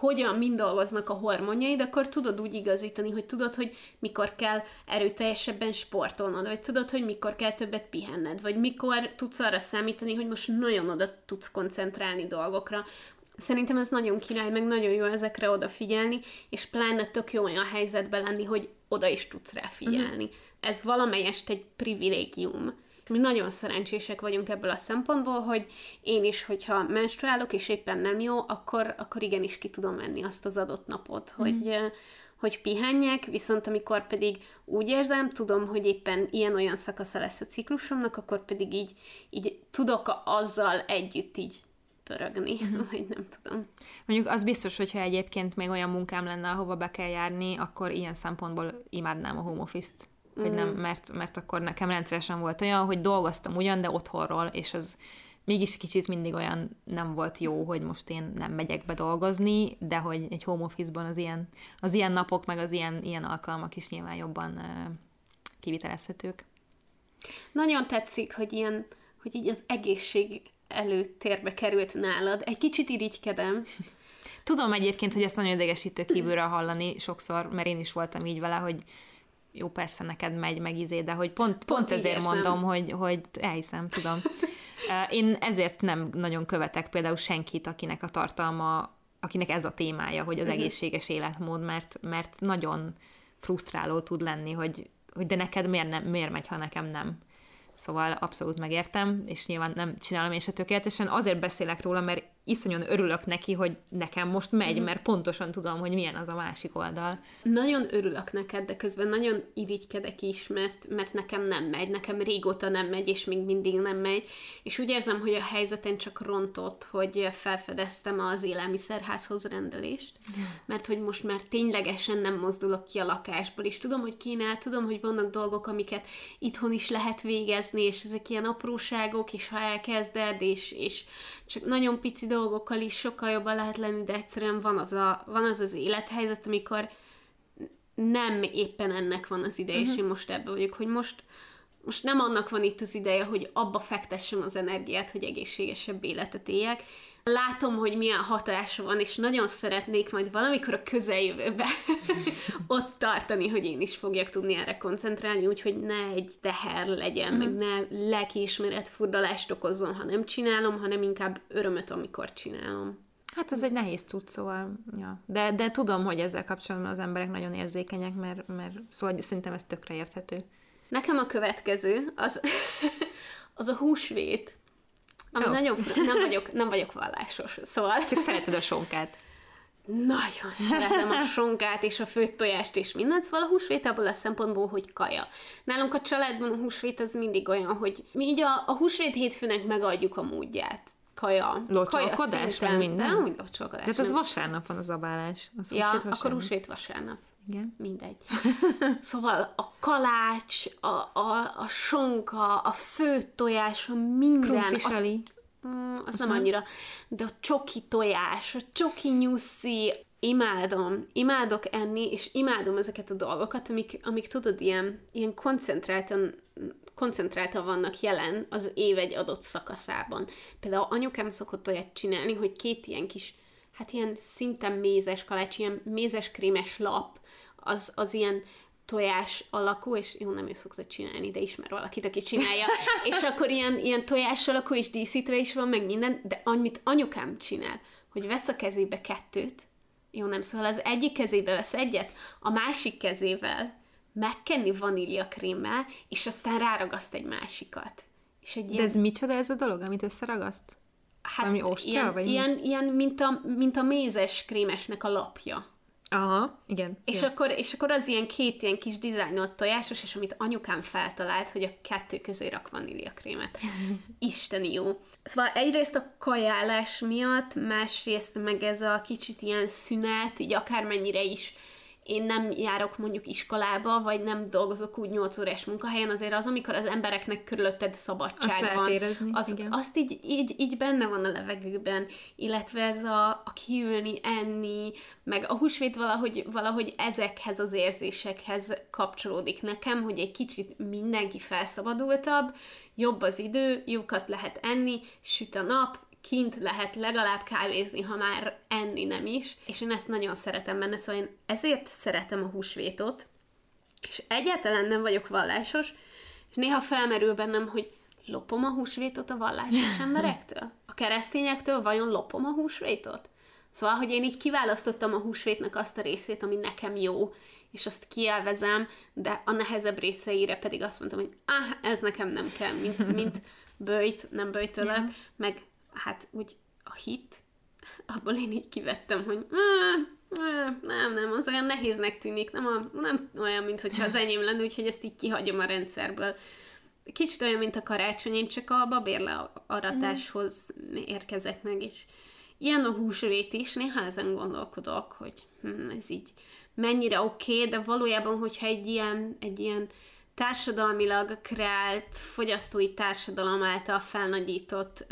hogyan, mind dolgoznak a hormonjaid, akkor tudod úgy igazítani, hogy tudod, hogy mikor kell erőteljesebben sportolnod, vagy tudod, hogy mikor kell többet pihenned, vagy mikor tudsz arra számítani, hogy most nagyon oda tudsz koncentrálni dolgokra. Szerintem ez nagyon király, meg nagyon jó ezekre odafigyelni, és pláne tök jó olyan helyzetben lenni, hogy oda is tudsz rá figyelni. Ez valamelyest egy privilégium. Mi nagyon szerencsések vagyunk ebből a szempontból, hogy én is, hogyha menstruálok, és éppen nem jó, akkor igenis ki tudom menni azt az adott napot, hogy pihenjek, viszont amikor pedig úgy érzem, tudom, hogy éppen ilyen-olyan szakasza lesz a ciklusomnak, akkor pedig így tudok azzal együtt így pörögni, vagy nem tudom. Mondjuk az biztos, hogyha egyébként még olyan munkám lenne, ahova be kell járni, akkor ilyen szempontból imádnám a home office-t. Hogy nem, mert akkor nekem rendszeresen volt olyan, hogy dolgoztam ugyan, de otthonról, és az mégis kicsit mindig olyan nem volt jó, hogy most én nem megyek be dolgozni, de hogy egy home office-ban az ilyen napok, meg az ilyen alkalmak is nyilván jobban kivitelezhetők. Nagyon tetszik, hogy így az egészség előtérbe került nálad. Egy kicsit irigykedem. Tudom egyébként, hogy ezt nagyon idegesítő kívülről hallani sokszor, mert én is voltam így vele, hogy jó, persze neked megy, meg de hogy pont ezért érzem. Mondom, hogy elhiszem, tudom. Én ezért nem nagyon követek például senkit, akinek a tartalma, akinek ez a témája, hogy az egészséges életmód, mert nagyon frusztráló tud lenni, hogy de neked miért megy, ha nekem nem. Szóval abszolút megértem, és nyilván nem csinálom én se tökéletesen. Azért beszélek róla, mert iszonyan örülök neki, hogy nekem most megy, mert pontosan tudom, hogy milyen az a másik oldal. Nagyon örülök neked, de közben nagyon irigykedek is, mert nekem nem megy, nekem régóta nem megy, és még mindig nem megy, és úgy érzem, hogy a helyzeten csak rontott, hogy felfedeztem az élelmiszerházhoz rendelést, mert hogy most már ténylegesen nem mozdulok ki a lakásból, és tudom, hogy kéne, tudom, hogy vannak dolgok, amiket itthon is lehet végezni, és ezek ilyen apróságok, és ha elkezded, és csak nagyon pici dolgokkal is sokkal jobban lehet lenni, de egyszerűen van az élethelyzet, amikor nem éppen ennek van az ideje, és én most ebben vagyok, hogy most nem annak van itt az ideje, hogy abba fektessem az energiát, hogy egészségesebb életet éljek. Látom, hogy milyen hatása van, és nagyon szeretnék majd valamikor a közeljövőben ott tartani, hogy én is fogjak tudni erre koncentrálni, úgyhogy ne egy teher legyen, meg ne lelkiismeret furdalást okozzon, ha nem csinálom, hanem inkább örömöt, amikor csinálom. Hát ez egy nehéz cucc, szóval, ja. De tudom, hogy ezzel kapcsolatban az emberek nagyon érzékenyek, mert szóval szerintem ez tökre érthető. Nekem a következő, az a húsvét. Ami nagyon nem vagyok vallásos, szóval... Csak szereted a sonkát. Nagyon szeretem a sonkát, és a főtt tojást, és mindent, szóval a húsvét abból a szempontból, hogy kaja. Nálunk a családban a húsvét az mindig olyan, hogy mi így a húsvét hétfőnek megadjuk a módját. Kaja. Locsolkodás, meg minden? Nem, úgy locsolkodás. Tehát az vasárnap van az abálás. Az ja, akkor húsvét vasárnap. Igen. Mindegy. Szóval a kalács, a sonka, a főtt tojás, a minden. Krumplisali. Az nem annyira. De a csoki tojás, a csoki nyuszi, imádok enni, és imádom ezeket a dolgokat, amik tudod, ilyen koncentráltan vannak jelen az év egy adott szakaszában. Például anyukám szokott olyat csinálni, hogy 2 ilyen kis, hát ilyen szinten mézes kalács, ilyen mézes krémes lap, az ilyen tojás alakú, és jó, nem ő szokta csinálni, de ismer valakit, aki csinálja, és akkor ilyen tojás alakú, és díszítve is van, meg minden, de amit anyukám csinál, hogy vesz a kezébe 2, jó, nem, szóval az egyik kezébe vesz egyet, a másik kezével megkenni vaníliakrémmel, és aztán ráragaszt egy másikat. És egy de ez micsoda ez a dolog, amit összeragaszt? Hát valami ostya, vagy ilyen mint a mézes krémesnek a lapja. Aha, igen. És akkor az ilyen 2 ilyen kis dizájnolt tojásos, és amit anyukám feltalált, hogy a 2 közé rak vaníliakrémet. Isteni jó. Szóval egyrészt a kajálás miatt, másrészt meg ez a kicsit ilyen szünet, így akármennyire is én nem járok mondjuk iskolába, vagy nem dolgozok úgy 8 órás munkahelyen, azért az, amikor az embereknek körülötted szabadság azt van. Érezni, azt így benne van a levegőben, illetve ez a kiülni, enni, meg a húsvét valahogy ezekhez az érzésekhez kapcsolódik nekem, hogy egy kicsit mindenki felszabadultabb, jobb az idő, jókat lehet enni, süt a nap, kint lehet legalább kávézni, ha már enni nem is, és én ezt nagyon szeretem benne, szóval én ezért szeretem a húsvétot, és egyáltalán nem vagyok vallásos, és néha felmerül bennem, hogy lopom a húsvétot a vallásos emberektől? A keresztényektől vajon lopom a húsvétot? Szóval, hogy én így kiválasztottam a húsvétnek azt a részét, ami nekem jó, és azt kielvezem, de a nehezebb részeire pedig azt mondtam, hogy ez nekem nem kell, mint böjt, nem böjtölök, meg hát úgy a hit, abból én így kivettem, hogy nem, az olyan nehéznek tűnik, nem olyan, mintha az enyém lenne, úgyhogy ezt így kihagyom a rendszerből. Kicsit olyan, mint a karácsony, én csak a babérle aratáshoz érkezek meg, és ilyen a húsvét is, néha ezen gondolkodok, hogy ez így mennyire oké, de valójában, hogyha egy ilyen társadalmilag kreált, fogyasztói társadalom által felnagyított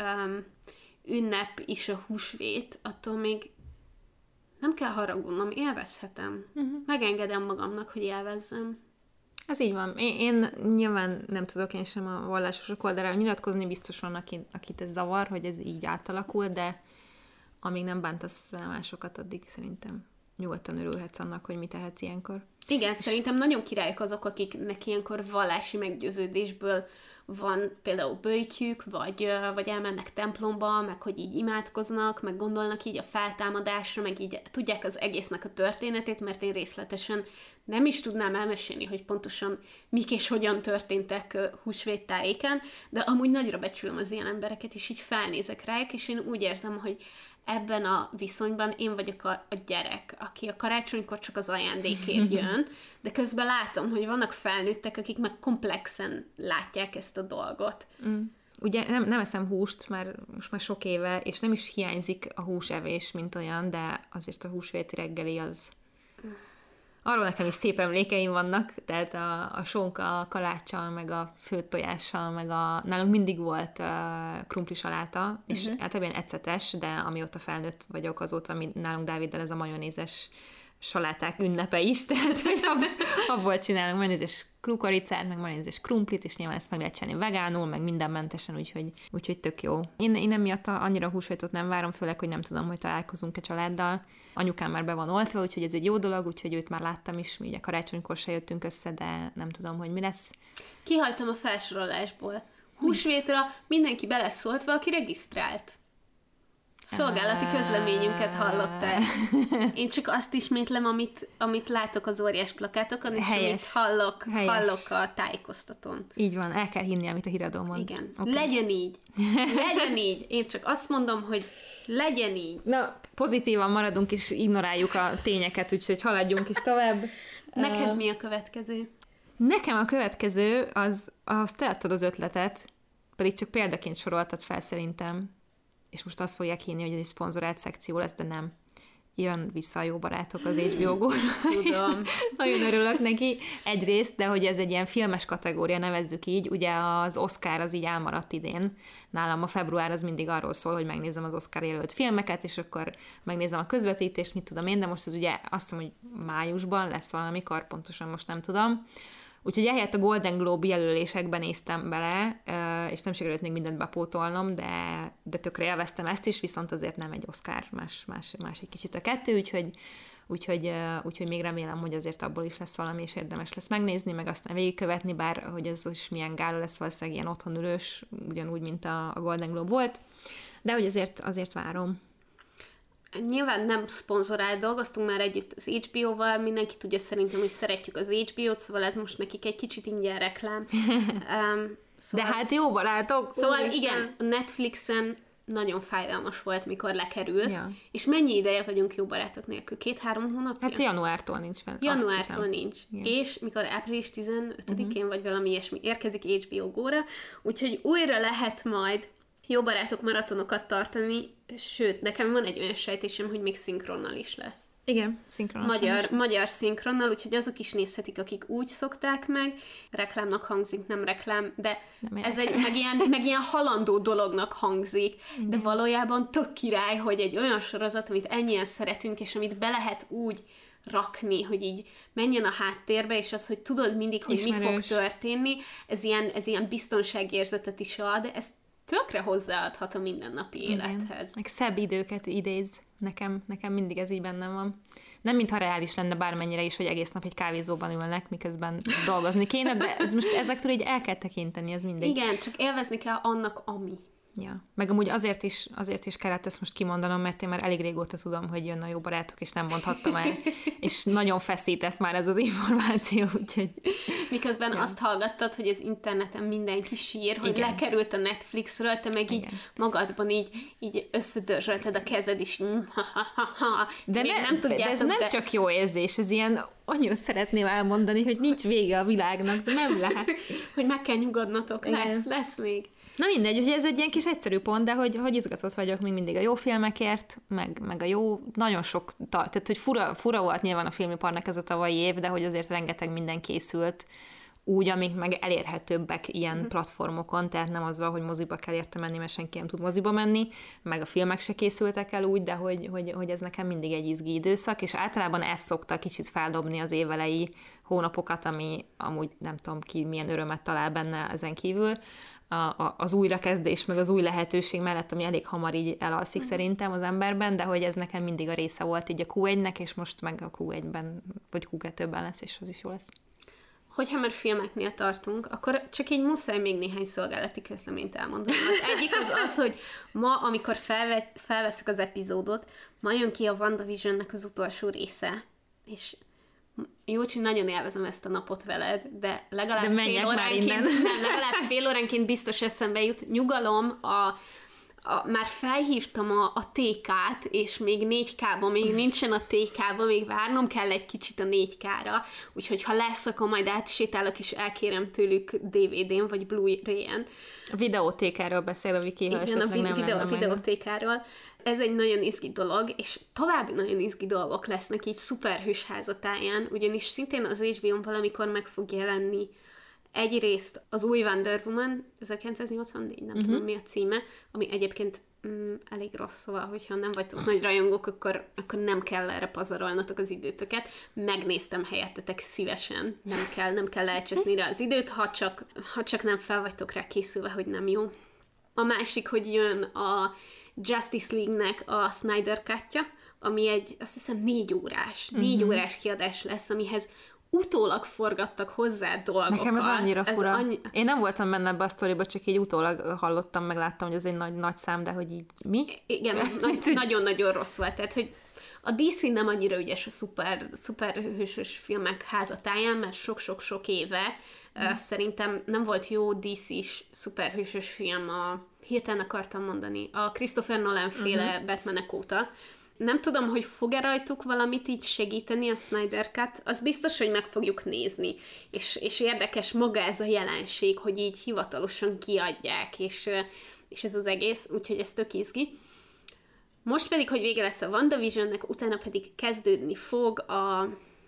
ünnep is a húsvét, attól még nem kell haragudnom, élvezhetem. Megengedem magamnak, hogy élvezzem. Ez így van. Én nyilván nem tudok én sem a vallásosok oldalára nyilatkozni, biztos van, akit ez zavar, hogy ez így átalakul, de amíg nem bántasz vele másokat, addig szerintem nyugodtan örülhetsz annak, hogy mit tehetsz ilyenkor. Igen, szerintem nagyon királyok azok, akiknek ilyenkor vallási meggyőződésből van például böjtjük, vagy elmennek templomba, meg hogy így imádkoznak, meg gondolnak így a feltámadásra, meg így tudják az egésznek a történetét, mert én részletesen nem is tudnám elmesélni, hogy pontosan mik és hogyan történtek húsvét tájéken, de amúgy nagyra becsülöm az ilyen embereket, és így felnézek rájuk, és én úgy érzem, hogy ebben a viszonyban én vagyok a gyerek, aki a karácsonykor csak az ajándékért jön, de közben látom, hogy vannak felnőttek, akik meg komplexen látják ezt a dolgot. Ugye nem eszem húst most már sok éve, és nem is hiányzik a húsevés, mint olyan, de azért a húsvéti reggeli az... Arról nekem is szép emlékeim vannak, tehát a sonka, a kaláccsal, meg a főtt tojással, meg nálunk mindig volt krumpli saláta, és általában ecetes, de amióta felnőtt vagyok, azóta nálunk Dáviddal ez a majonézes saláták ünnepe is, tehát hogy abból csinálunk majonézes kukoricát, meg majonézes krumplit, és nyilván ezt meg lehet csinálni vegánul, meg mindenmentesen, úgyhogy tök jó. Én emiatt annyira húsvétot nem várom, főleg, hogy nem tudom, hogy találkozunk-e családdal. Anyukám már be van oltva, úgyhogy ez egy jó dolog, úgyhogy őt már láttam is, mi ugye karácsonykor se jöttünk össze, de nem tudom, hogy mi lesz. Kihajtam a felsorolásból. Húsvétra mindenki beleszóltva, aki regisztrált. Szolgálati közleményünket hallottál. Én csak azt ismétlem, amit látok az óriás plakátokon, és helyes, amit hallok a tájékoztatón. Így van, el kell hinni, amit a híradó mond. Igen. Okay. Legyen így. Legyen így. Én csak azt mondom, hogy legyen így. Na, pozitívan maradunk, és ignoráljuk a tényeket, úgyhogy haladjunk is tovább. Neked mi a következő? Nekem a következő, ahhoz te adtad az ötletet, pedig csak példaként soroltad fel szerintem, és most azt fogják hinni, hogy ez egy szponzorált szekció lesz, de nem. Jön vissza a Jó barátok az HBO-ból. Tudom. Nagyon örülök neki. Egyrészt, de hogy ez egy ilyen filmes kategória, nevezzük így. Ugye az Oscar az így elmaradt idén. Nálam a február az mindig arról szól, hogy megnézem az Oscar jelölt filmeket, és akkor megnézem a közvetítést, mit tudom én, de most az ugye azt hiszem, hogy májusban lesz valamikor, pontosan most nem tudom. Úgyhogy ehelyett a Golden Globe jelölésekben néztem bele, és nem sikerült még mindent bepótolnom, de tökre élveztem ezt is, viszont azért nem egy Oscar, más egy kicsit a kettő, úgyhogy még remélem, hogy azért abból is lesz valami, és érdemes lesz megnézni, meg aztán végigkövetni, bár hogy az is milyen gála lesz, valószínűleg ilyen otthonülős, ugyanúgy, mint a Golden Globe volt, de hogy azért várom. Nyilván nem szponzorált, dolgoztunk már együtt az HBO-val, mindenki tudja szerintem, hogy szeretjük az HBO-t, szóval ez most nekik egy kicsit ingyen reklám. Szóval, de hát jó barátok! Szóval igen, a Netflixen nagyon fájdalmas volt, mikor lekerült, és mennyi ideje vagyunk jó barátok nélkül? 2-3 hónapja? Hát januártól nincs fenn. Januártól nincs. Igen. És mikor április 15-én vagy valami ilyesmi érkezik HBO Go-ra, úgyhogy újra lehet majd jó barátok maratonokat tartani, sőt, nekem van egy olyan sejtésem, hogy még szinkronnal is lesz. Igen, szinkronnal. Magyar szinkronnal, úgyhogy azok is nézhetik, akik úgy szokták meg. Reklámnak hangzik, nem reklám, de nem ez meg ilyen halandó dolognak hangzik, de valójában tök király, hogy egy olyan sorozat, amit ennyien szeretünk, és amit be lehet úgy rakni, hogy így menjen a háttérbe, és az, hogy tudod mindig, hogy mi fog történni, ez ilyen biztonságérzetet is ad, ez tökre hozzáadhat a mindennapi élethez. Meg szebb időket idéz. Nekem mindig ez így bennem van. Nem mintha reális lenne bármennyire is, hogy egész nap egy kávézóban ülnek, miközben dolgozni kéne, de ezektől így el kell tekinteni, ez mindegy. Igen, csak élvezni kell annak, ami. Ja. Meg amúgy azért is kellett ezt most kimondanom, mert én már elég régóta tudom, hogy jön a Jó barátok, és nem mondhattam el. És nagyon feszített már ez az információ, úgyhogy... Miközben azt hallgattad, hogy az interneten mindenki sír, hogy lekerült a Netflixről, te meg így magadban így összedörzsölted a kezed, és de ez nem csak jó érzés, ez ilyen annyira szeretném elmondani, hogy nincs vége a világnak, de nem lehet. Hogy meg kell nyugodnotok, lesz még. Na mindegy, hogy ez egy ilyen kis egyszerű pont, de hogy izgatott vagyok még mindig a jó filmekért, meg a jó, nagyon sok, tehát hogy fura volt nyilván a filmiparnak ez a tavalyi év, de hogy azért rengeteg minden készült úgy, amik meg elérhetőbbek ilyen platformokon, tehát nem az van, hogy moziba kell érte menni, mert senki nem tud moziba menni, meg a filmek se készültek el úgy, de hogy ez nekem mindig egy izgi időszak, és általában ez szokta kicsit feldobni az évelei hónapokat, ami amúgy nem tudom ki milyen örömet talál benne ezen kívül, az újrakezdés, meg az új lehetőség mellett, ami elég hamar így elalszik szerintem az emberben, de hogy ez nekem mindig a része volt így a Q1-nek, és most meg a Q1-ben, vagy Q2-ben lesz, és az is jó lesz. Hogyha már filmeknél tartunk, akkor csak így muszáj még néhány szolgálati közleményt elmondani. Az egyik az, hogy ma, amikor felveszek az epizódot, ma jön ki a WandaVision-nek az utolsó része, és Jócsi, nagyon élvezem ezt a napot veled, de legalább fél óránként biztos eszembe jut. Nyugalom, már felhívtam a TK-t, és még 4K-ban, még nincsen a TK-ban, még várnom kell egy kicsit a 4K-ra, úgyhogy ha lesz, akkor majd átsétálok, és elkérem tőlük DVD-n, vagy Blu-ray-en. A videótékáról beszél a Viki, ha esetleg nem lenne meg. A videótékáról. Ez egy nagyon izgi dolog, és további nagyon izgi dolgok lesznek így szuperhős házatáján, ugyanis szintén az HBO-n valamikor meg fog jelenni egyrészt az új Wonder Woman, 1984, nem tudom mi a címe, ami egyébként elég rossz, szóval, hogyha nem vagytok nagy rajongók, akkor nem kell erre pazarolnatok az időtöket. Megnéztem helyettetek szívesen. Nem kell elcseszni rá az időt, ha csak nem fel vagytok rá készülve, hogy nem jó. A másik, hogy jön a Justice League-nek a Snyder Cut-ja, ami egy, azt hiszem, 4 órás kiadás lesz, amihez utólag forgattak hozzá dolgokat. Nekem ez annyira fura. Én nem voltam benne ebbe a sztoriba, csak így utólag hallottam, meg láttam, hogy ez egy nagy szám, de hogy így mi? Igen, nagyon-nagyon rossz volt. Tehát, hogy a DC nem annyira ügyes a szuperhősös filmek házatáján, mert sok-sok éve szerintem nem volt jó DC-s szuperhősös film, hirtelen akartam mondani, a Christopher Nolan féle Batmanek óta. Nem tudom, hogy fog-e rajtuk valamit így segíteni a Snyder Cut, az biztos, hogy meg fogjuk nézni, és érdekes maga ez a jelenség, hogy így hivatalosan kiadják, és ez az egész, úgyhogy ez tök izgi. Most pedig, hogy vége lesz a WandaVisionnek, utána pedig kezdődni fog a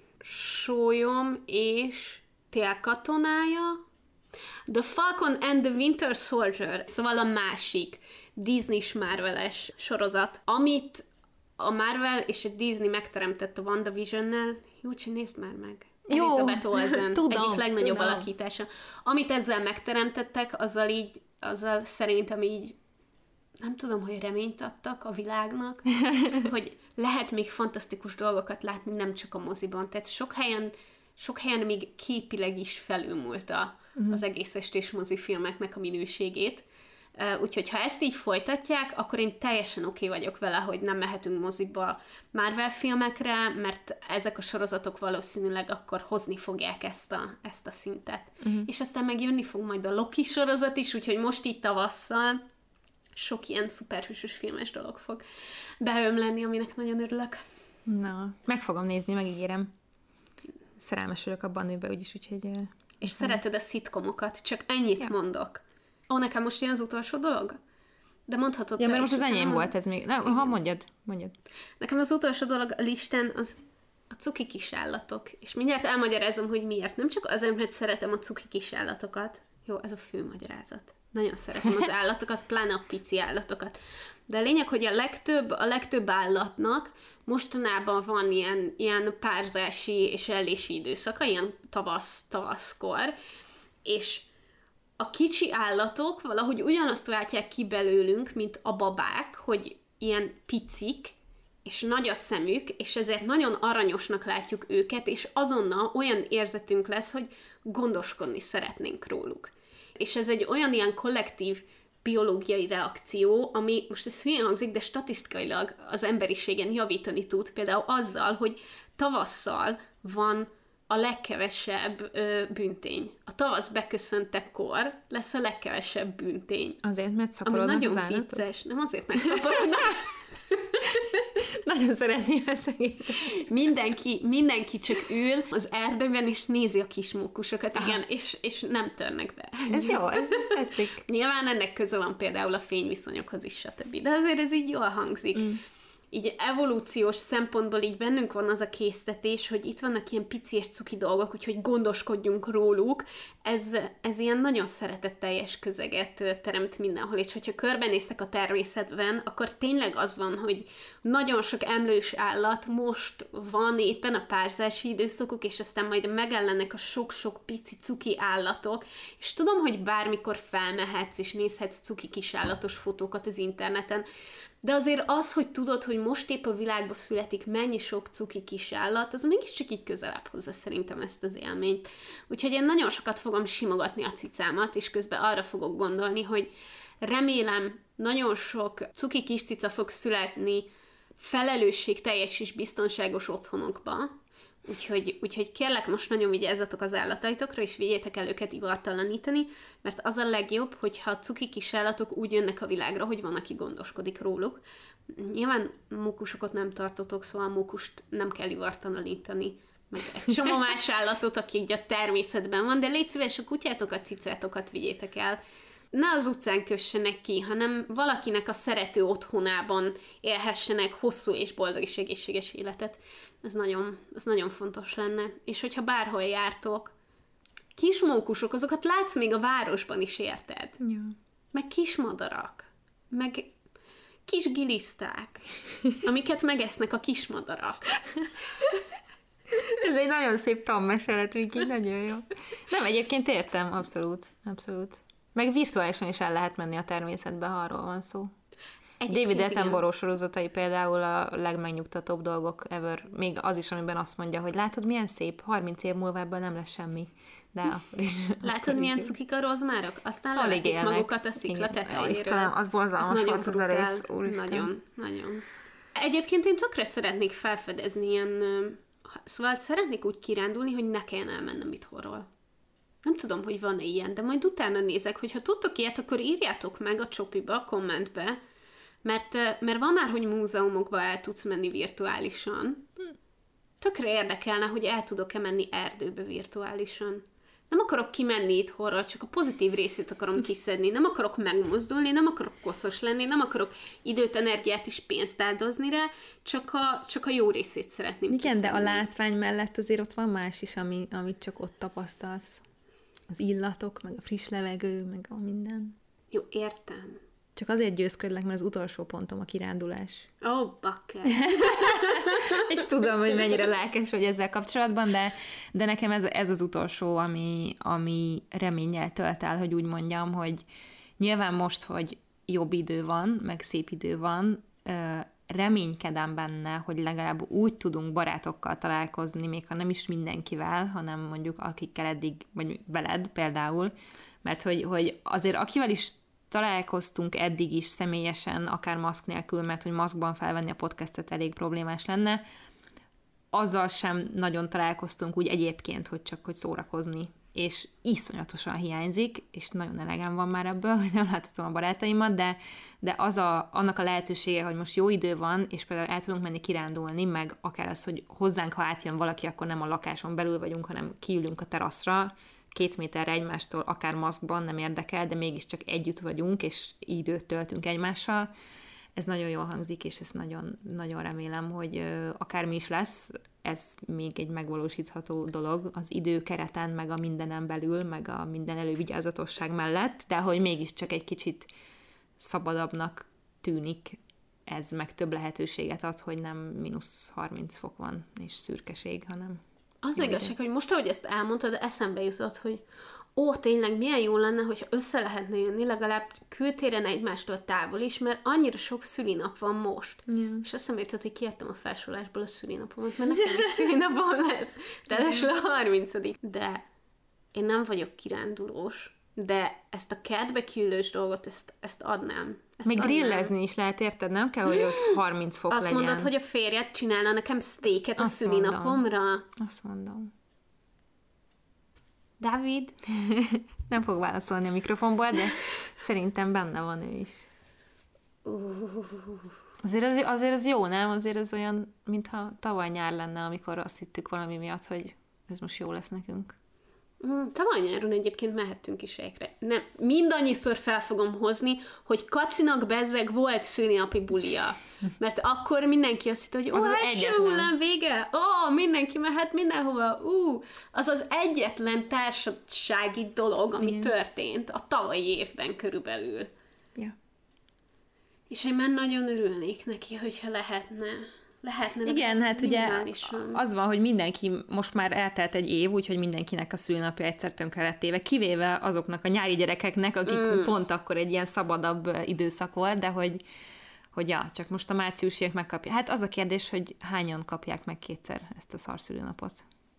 Sólyom és Tél katonája, The Falcon and the Winter Soldier, szóval a másik Disney-s Marvel-es sorozat, amit a Marvel és a Disney megteremtett a WandaVision-nel. Jócsi, nézd már meg. Jó, Elizabeth Olsen, tudom, egyik legnagyobb alakítása. Amit ezzel megteremtettek, azzal szerintem így nem tudom, hogy reményt adtak a világnak, hogy lehet még fantasztikus dolgokat látni, nem csak a moziban. Tehát sok helyen még képileg is felülmúlt az egész estés mozifilmeknek a minőségét. Úgyhogy ha ezt így folytatják, akkor én teljesen oké vagyok vele, hogy nem mehetünk moziba Marvel filmekre, mert ezek a sorozatok valószínűleg akkor hozni fogják ezt a szintet. És aztán meg jönni fog majd a Loki sorozat is, úgyhogy most itt tavasszal sok ilyen szuperhősös filmes dolog fog beömlenni, aminek nagyon örülök. Na, meg fogom nézni, megígérem. Szerelmes vagyok abban nőbe úgyis, úgyhogy... És szereted a szitcomokat, csak ennyit mondok. Nekem most jön az utolsó dolog? De mondhatod te mert most is, az enyém volt ez még. Na, mondjad. Nekem az utolsó dolog a listán az a cuki kisállatok. És mindjárt elmagyarázom, hogy miért. Nem csak azért, mert szeretem a cuki kisállatokat. Jó, ez a fő magyarázat. Nagyon szeretem az állatokat, pláne a pici állatokat. De a lényeg, hogy a legtöbb állatnak mostanában van ilyen párzási és ellési időszaka, ilyen tavaszkor, és a kicsi állatok valahogy ugyanazt váltják ki belőlünk, mint a babák, hogy ilyen picik, és nagy a szemük, és ezért nagyon aranyosnak látjuk őket, és azonnal olyan érzetünk lesz, hogy gondoskodni szeretnénk róluk. És ez egy olyan ilyen kollektív biológiai reakció, ami most ez hülyén hangzik, de statisztikailag az emberiségen javítani tud, például azzal, hogy tavasszal van a legkevesebb bűntény. A tavasz beköszöntekor lesz a legkevesebb bűntény. Azért, mert szaporodnak az állatok? Nagyon vicces. Nem azért, mert szaporodnak. Nagyon szeretném ezt segíteni. Mindenki csak ül az erdőben, és nézi a kis mókusokat, igen, és nem törnek be. Ez jó, ez tetszik. Nyilván ennek köze van például a fényviszonyokhoz is, stb. De azért ez így jól hangzik. Így evolúciós szempontból így bennünk van az a késztetés, hogy itt vannak ilyen pici és cuki dolgok, úgyhogy gondoskodjunk róluk. Ez ilyen nagyon szeretetteljes közeget teremt mindenhol, és hogyha körbenéztek a természetben, akkor tényleg az van, hogy nagyon sok emlős állat most van éppen a párzási időszakuk, és aztán majd megellenek a sok-sok pici cuki állatok, és tudom, hogy bármikor felmehetsz, és nézhetsz cuki kis állatos fotókat az interneten, de azért az, hogy tudod, hogy most épp a világba születik mennyi sok cuki kis állat, az mégiscsak így közelebb hozza szerintem ezt az élményt. Úgyhogy én nagyon sokat fogom simogatni a cicámat, és közben arra fogok gondolni, hogy remélem nagyon sok cuki kis cica fog születni felelősségteljes és biztonságos otthonokba. Úgyhogy kérlek, most nagyon vigyázzatok az állataitokra, és vigyétek el őket ivartalanítani, mert az a legjobb, hogyha a cuki kis állatok úgy jönnek a világra, hogy van, aki gondoskodik róluk. Nyilván mókusokat nem tartotok, szóval a mókust nem kell ivartalanítani, meg egy csomó más állatot, aki így a természetben van, de légy szíves, a kutyátokat, cicátokat vigyétek el. Ne az utcán kössenek ki, hanem valakinek a szerető otthonában élhessenek hosszú és boldog és egészséges életet. Ez nagyon fontos lenne. És hogyha bárhol jártok, kis mókusok, azokat látsz még a városban is, érted? Ja. Meg kis madarak, meg kis giliszták, amiket megesznek a kis madarak. Ez egy nagyon szép tanmese lett, Viki, nagyon jó. Nem, egyébként értem, abszolút. Meg virtuálisan is el lehet menni a természetbe, ha arról van szó. David Attenborough sorozatai például a legmegnyugtatóbb dolgok ever. Még az is, amiben azt mondja, hogy látod, milyen szép, 30 év múlva ebből nem lesz semmi. De akkor is... Látod, milyen cukik a rozmárok? Aztán levetik magukat a szikla tetejéről. Istenem, az borzalmas volt az a rész. Nagyon. Egyébként én tökre szeretnék felfedezni ilyen... Szóval szeretnék úgy kirándulni, hogy ne kelljen elmennem itthonról. Nem tudom, hogy van-e ilyen, de majd utána nézek, hogyha tudtok ilyet, akkor írjátok meg a csopiba, a kommentbe, mert van már, hogy múzeumokba el tudsz menni virtuálisan. Tökre érdekelne, hogy el tudok-e menni erdőbe virtuálisan. Nem akarok kimenni itthonról, csak a pozitív részét akarom kiszedni. Nem akarok megmozdulni, nem akarok koszos lenni, nem akarok időt, energiát és pénzt áldozni rá, csak a jó részét szeretném kiszedni. Igen, de a látvány mellett azért ott van más is, amit csak ott tapasztalsz. Az illatok, meg a friss levegő, meg a minden. Jó, értem. Csak azért győzködlek, mert az utolsó pontom a kirándulás. Bakker. És tudom, hogy mennyire lelkes vagy ezzel kapcsolatban, de nekem ez az utolsó, ami reménnyel tölt el, hogy úgy mondjam, hogy nyilván most, hogy jobb idő van, meg szép idő van, reménykedem benne, hogy legalább úgy tudunk barátokkal találkozni, még ha nem is mindenkivel, hanem mondjuk akikkel eddig, vagy veled például, mert hogy azért akivel is találkoztunk eddig is személyesen, akár maszk nélkül, mert hogy maszkban felvenni a podcastet elég problémás lenne, azzal sem nagyon találkoztunk úgy egyébként, hogy csak hogy szórakozni. És iszonyatosan hiányzik, és nagyon elegem van már ebből, hogy nem láthatom a barátaimat, de annak a lehetősége, hogy most jó idő van, és például el tudunk menni kirándulni, meg akár az, hogy hozzánk, ha átjön valaki, akkor nem a lakáson belül vagyunk, hanem kiülünk a teraszra, 2 méterre egymástól, akár maszkban, nem érdekel, de mégiscsak együtt vagyunk, és időt töltünk egymással. Ez nagyon jól hangzik, és ezt nagyon, nagyon remélem, hogy akármi is lesz, ez még egy megvalósítható dolog az idő kereten, meg a mindenen belül, meg a minden elővigyázatosság mellett, de hogy mégiscsak egy kicsit szabadabbnak tűnik ez, meg több lehetőséget ad, hogy nem -30 fok van, és szürkeség, hanem... Az igazság, hogy most, ahogy ezt elmondtad, eszembe jutott, hogy tényleg milyen jó lenne, hogyha össze lehetne jönni, legalább kültéren egymástól távol is, mert annyira sok szülinap van most. Yeah. És eszembe jutott, hogy kiadtam a felsorolásból a szülinapomat, mert nekem is szülinapom lesz. Ráadásul a 30. De én nem vagyok kirándulós, de ezt a kertbe kiülős dolgot, ezt adnám. Még grillezni is lehet, érted? Nem kell, hogy az 30 fok azt legyen. Azt mondod, hogy a férjed csinálna nekem sztéket a szülinapomra? Azt mondom. Dávid? Nem fog válaszolni a mikrofonból, de szerintem benne van ő is. Azért az jó, nem? Azért az olyan, mintha tavaly nyár lenne, amikor azt hittük valami miatt, hogy ez most jó lesz nekünk. Tavaly nyáron egyébként mehettünk is égre. Nem, mindannyiszor fel fogom hozni, hogy Kacinak bezzeg volt szülinapi bulia. Mert akkor mindenki azt hitt, hogy első hullám vége, mindenki mehet mindenhova, az az egyetlen társasági dolog, ami történt a tavalyi évben körülbelül. Ja. És én már nagyon örülnék neki, hogyha lehetne. Igen, hát ugye az van, hogy mindenki, most már eltelt egy év, úgyhogy mindenkinek a szülinapja egyszer tönkre lett téve, kivéve azoknak a nyári gyerekeknek, akik pont akkor egy ilyen szabadabb időszak volt, de hogy csak most a márciusiak megkapják. Hát az a kérdés, hogy hányan kapják meg kétszer ezt a szarszülinapot.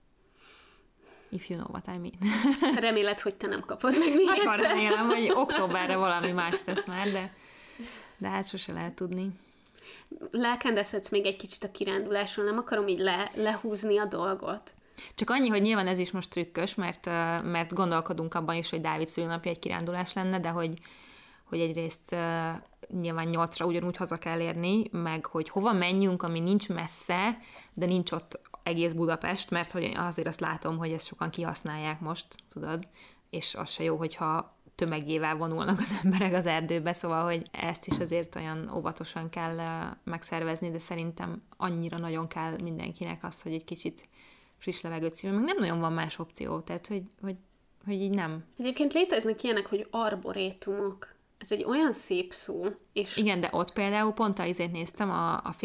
If you know what I mean. Reméled, hogy te nem kapod meg még egyszer. Remélem, hogy októberre valami más lesz már, de hát sose lehet tudni. Lelkendezhetsz még egy kicsit a kirándulásról, nem akarom így lehúzni a dolgot. Csak annyi, hogy nyilván ez is most trükkös, mert gondolkodunk abban is, hogy Dávid szülinapja egy kirándulás lenne, de hogy egyrészt nyilván 8-ra ugyanúgy haza kell érni, meg hogy hova menjünk, ami nincs messze, de nincs ott egész Budapest, mert hogy azért azt látom, hogy ezt sokan kihasználják most, tudod, és az se jó, hogyha tömegével vonulnak az emberek az erdőbe, szóval, hogy ezt is azért olyan óvatosan kell megszervezni, de szerintem annyira nagyon kell mindenkinek az, hogy egy kicsit friss levegőt szívja, meg nem nagyon van más opció, tehát, hogy így nem. Egyébként léteznek ilyenek, hogy arborétumok. Ez egy olyan szép szó. És... Igen, de ott például pont azért néztem a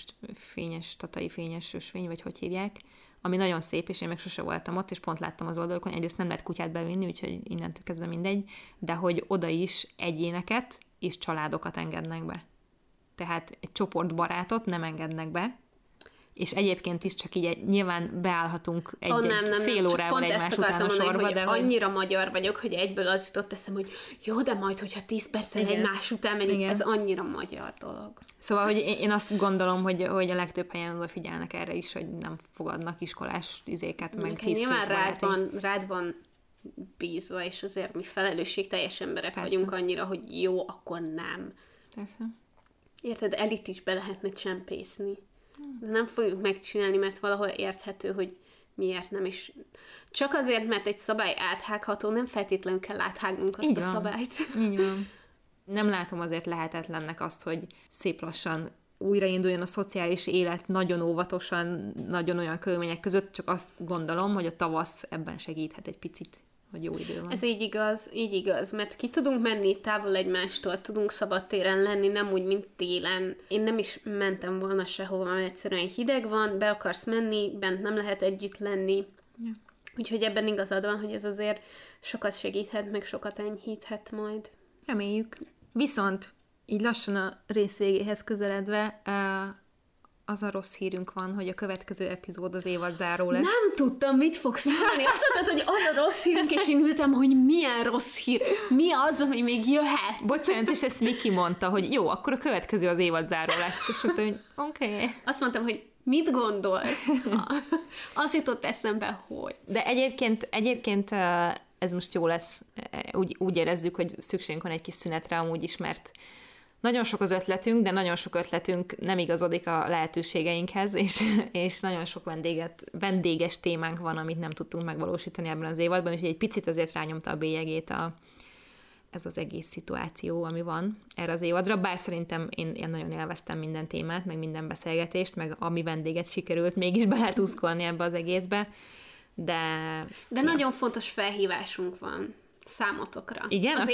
tatai fényes ösvény, vagy hogy hívják, ami nagyon szép, és én meg sose voltam ott, és pont láttam az oldalokon, egyrészt nem lehet kutyát bevinni, úgyhogy innentől kezdve mindegy, de hogy oda is egyéneket és családokat engednek be. Tehát egy csoportbarátot nem engednek be, és egyébként is csak így nyilván beállhatunk egy fél órával egymás után a sorba, mondani, de annyira magyar vagyok, hogy egyből az jutott eszem, hogy jó, de majd, hogyha 10 perccel egymás után megyünk, ez annyira magyar dolog. Szóval, hogy én azt gondolom, hogy a legtöbb helyen odafigyelnek erre is, hogy nem fogadnak iskolás izéket, meg 10 nyilván rád van bízva, és azért mi felelősségteljes emberek vagyunk annyira, hogy jó, akkor nem. Persze. Érted, elit is be lehetne csempészni. De nem fogjuk megcsinálni, mert valahol érthető, hogy miért nem is. Csak azért, mert egy szabály áthágható, nem feltétlenül kell áthágnunk azt a szabályt. Így van. Nem látom azért lehetetlennek azt, hogy szép lassan újrainduljon a szociális élet nagyon óvatosan, nagyon olyan körülmények között, csak azt gondolom, hogy a tavasz ebben segíthet egy picit, hogy jó idő van. Ez így igaz, mert ki tudunk menni távol egymástól, tudunk szabadtéren lenni, nem úgy, mint télen. Én nem is mentem volna sehova, mert egyszerűen hideg van, be akarsz menni, bent nem lehet együtt lenni. Ja. Úgyhogy ebben igazad van, hogy ez azért sokat segíthet, meg sokat enyhíthet majd. Reméljük. Viszont így lassan a rész végéhez közeledve az a rossz hírünk van, hogy a következő epizód az évadzáró lesz. Nem tudtam, mit fogsz mondani. Azt mondtad, hogy az a rossz hírünk, és én ültem, hogy milyen rossz hír. Mi az, ami még jöhet? Bocsánat, és ezt Viki mondta, hogy jó, akkor a következő az évadzáró lesz. És mondta, hogy oké. Azt mondtam, hogy mit gondolsz? Az jutott eszembe, hogy. De egyébként ez most jó lesz. Úgy érezzük, hogy szükségünk van egy kis szünetre amúgy is, mert nagyon sok az ötletünk, de nagyon sok ötletünk nem igazodik a lehetőségeinkhez, és nagyon sok vendéges témánk van, amit nem tudtunk megvalósítani ebben az évadban, úgyhogy egy picit azért rányomta a bélyegét ez az egész szituáció, ami van erre az évadra, bár szerintem én nagyon élveztem minden témát, meg minden beszélgetést, meg ami vendéget sikerült mégis belehúzkolni ebbe az egészbe, de nagyon fontos felhívásunk van számotokra. Igen? Az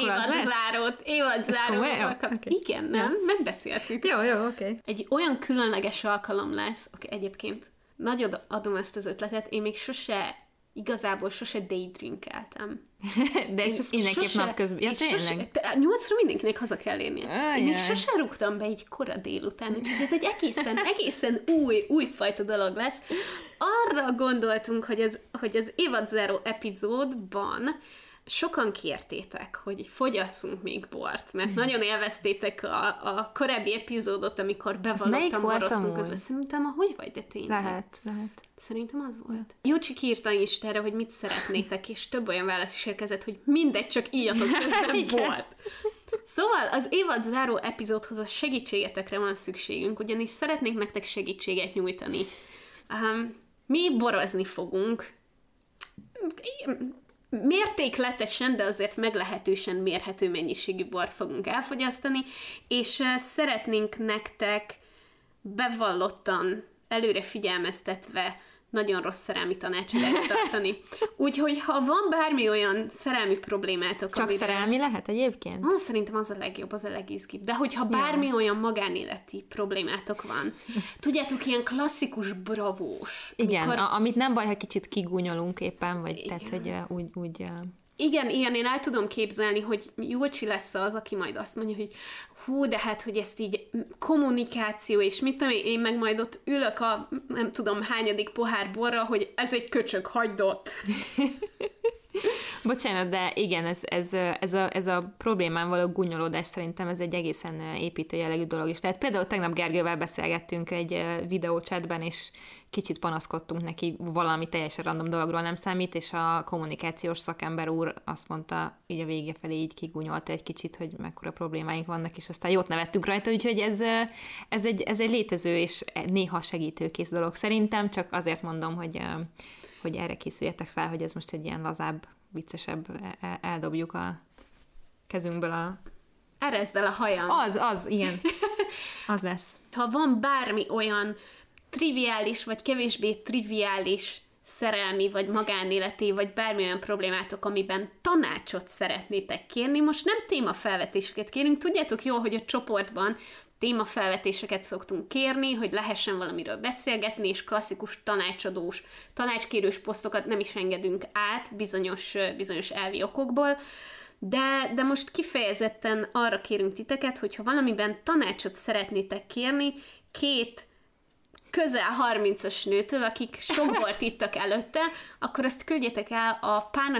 évadzáróval Okay. Igen, nem? Ja. Megbeszéltük. Jó, oké. Egy olyan különleges alkalom lesz, egyébként nagyon adom ezt az ötletet, én még sose igazából sose daydrinkeltem. De és mindenképp napközben. Ja, tényleg? 8-ra mindenkinek haza kell érnie. Én még sose rúgtam be így kora délután, úgyhogy ez egy egészen újfajta dolog lesz. Arra gondoltunk, hogy az évad zero epizódban sokan kértétek, hogy fogyasszunk még bort, mert nagyon élveztétek a korábbi epizódot, amikor bevallottam, maroztunk közben. Szerintem, ahogy vagy, de tényleg. Lehet. Szerintem az volt. Jócsik írta is erre, hogy mit szeretnétek, és több olyan válasz is érkezett, hogy mindegy, csak íjatok közben bort. Szóval az évad záró epizódhoz a segítségetekre van szükségünk, ugyanis szeretnénk nektek segítséget nyújtani. Mi borozni fogunk. Mértékletesen, de azért meglehetősen mérhető mennyiségű bort fogunk elfogyasztani, és szeretnénk nektek bevallottan, előre figyelmeztetve nagyon rossz szerelmi tanácsodást tartani. Úgyhogy ha van bármi olyan szerelmi problémátok, csak szerelmi lehet egyébként? Szerintem az a legjobb, az a legizgibb. De hogyha bármi olyan magánéleti problémátok van, tudjátok, ilyen klasszikus bravós. Igen, amit nem baj, ha kicsit kigúnyolunk éppen, vagy tehát, hogy úgy... Igen, én el tudom képzelni, hogy Júlcsi lesz az, aki majd azt mondja, hogy hú, de hát, hogy ezt így kommunikáció, és mit tudom én meg majd ott ülök a nem tudom hányadik pohár borra, hogy ez egy köcsög, hagyd ott. Bocsánat, de igen, ez a problémán való gúnyolódás szerintem ez egy egészen építő jellegű dolog is. Tehát például tegnap Gergővel beszélgettünk egy videóchatben, és kicsit panaszkodtunk neki, valami teljesen random dologról nem számít, és a kommunikációs szakember úr azt mondta, így a vége felé így kigúnyolta egy kicsit, hogy mekkora problémáink vannak, és aztán jót nevettünk rajta, úgyhogy ez egy létező és néha segítőkész dolog szerintem, csak azért mondom, hogy erre készüljetek fel, hogy ez most egy ilyen lazább, viccesebb, eldobjuk a kezünkből a... Erezd el a hajam. Az, igen. Az lesz. Ha van bármi olyan triviális, vagy kevésbé triviális szerelmi, vagy magánéleti, vagy bármi olyan problémátok, amiben tanácsot szeretnétek kérni, most nem témafelvetéseket kérünk, tudjátok jól, hogy a csoportban témafelvetéseket szoktunk kérni, hogy lehessen valamiről beszélgetni, és klasszikus tanácsadós, tanácskérős posztokat nem is engedünk át bizonyos elvi okokból, de most kifejezetten arra kérünk titeket, hogyha valamiben tanácsot szeretnétek kérni, 2 közel 30-as nőtől, akik sok bort ittak előtte, akkor azt küldjetek el a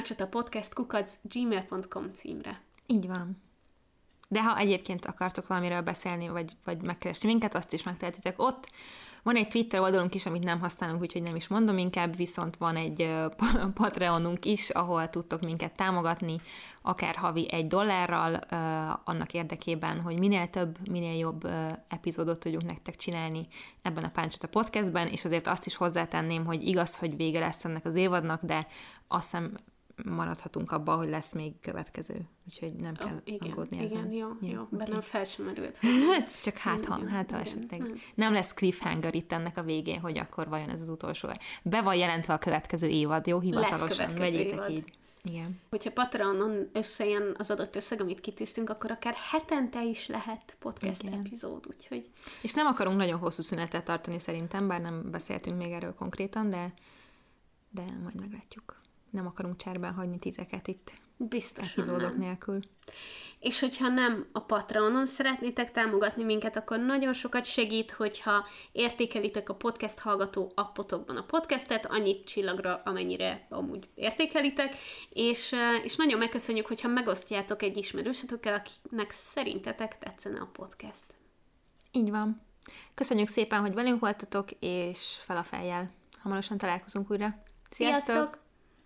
párnacsatapodcast@gmail.com címre. Így van. De ha egyébként akartok valamiről beszélni, vagy megkeresni minket, azt is megtehetitek ott. Van egy Twitter oldalunk is, amit nem használunk, úgyhogy nem is mondom inkább, viszont van egy Patreonunk is, ahol tudtok minket támogatni, akár havi $1, annak érdekében, hogy minél több, minél jobb epizódot tudjunk nektek csinálni ebben a Párnacsata podcastben, és azért azt is hozzátenném, hogy igaz, hogy vége lesz ennek az évadnak, de azt hiszem maradhatunk abban, hogy lesz még következő. Úgyhogy nem kell aggódni ezen. Igen, jó. Bennem fel sem merült. Csak hát ha esetleg nem lesz cliffhanger itt ennek a végén, hogy akkor vajon ez az utolsó. Be van jelentve a következő évad, jó? Hivatalosan. Vegyétek így. Igen. Hogyha Patreonon összejön az adott összeg, amit kitűztünk, akkor akár hetente is lehet podcast epizód, úgyhogy... És nem akarunk nagyon hosszú szünetet tartani szerintem, bár nem beszéltünk még erről konkrétan, de majd meglátjuk. Nem akarunk cserben hagyni titeket itt. Biztosan epizódok nélkül. És hogyha nem a Patreonon szeretnétek támogatni minket, akkor nagyon sokat segít, hogyha értékelitek a podcast hallgató appotokban a podcastet, annyi csillagra, amennyire amúgy értékelitek, és nagyon megköszönjük, hogyha megosztjátok egy ismerősötökkel, akiknek szerintetek tetszene a podcast. Így van. Köszönjük szépen, hogy velünk voltatok, és fel a fejjel. Hamarosan találkozunk újra. Sziasztok!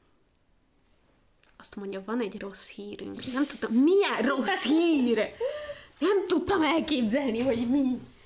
Azt mondja, van egy rossz hírünk. Nem tudtam, milyen rossz hír? Nem tudtam elképzelni, hogy mi.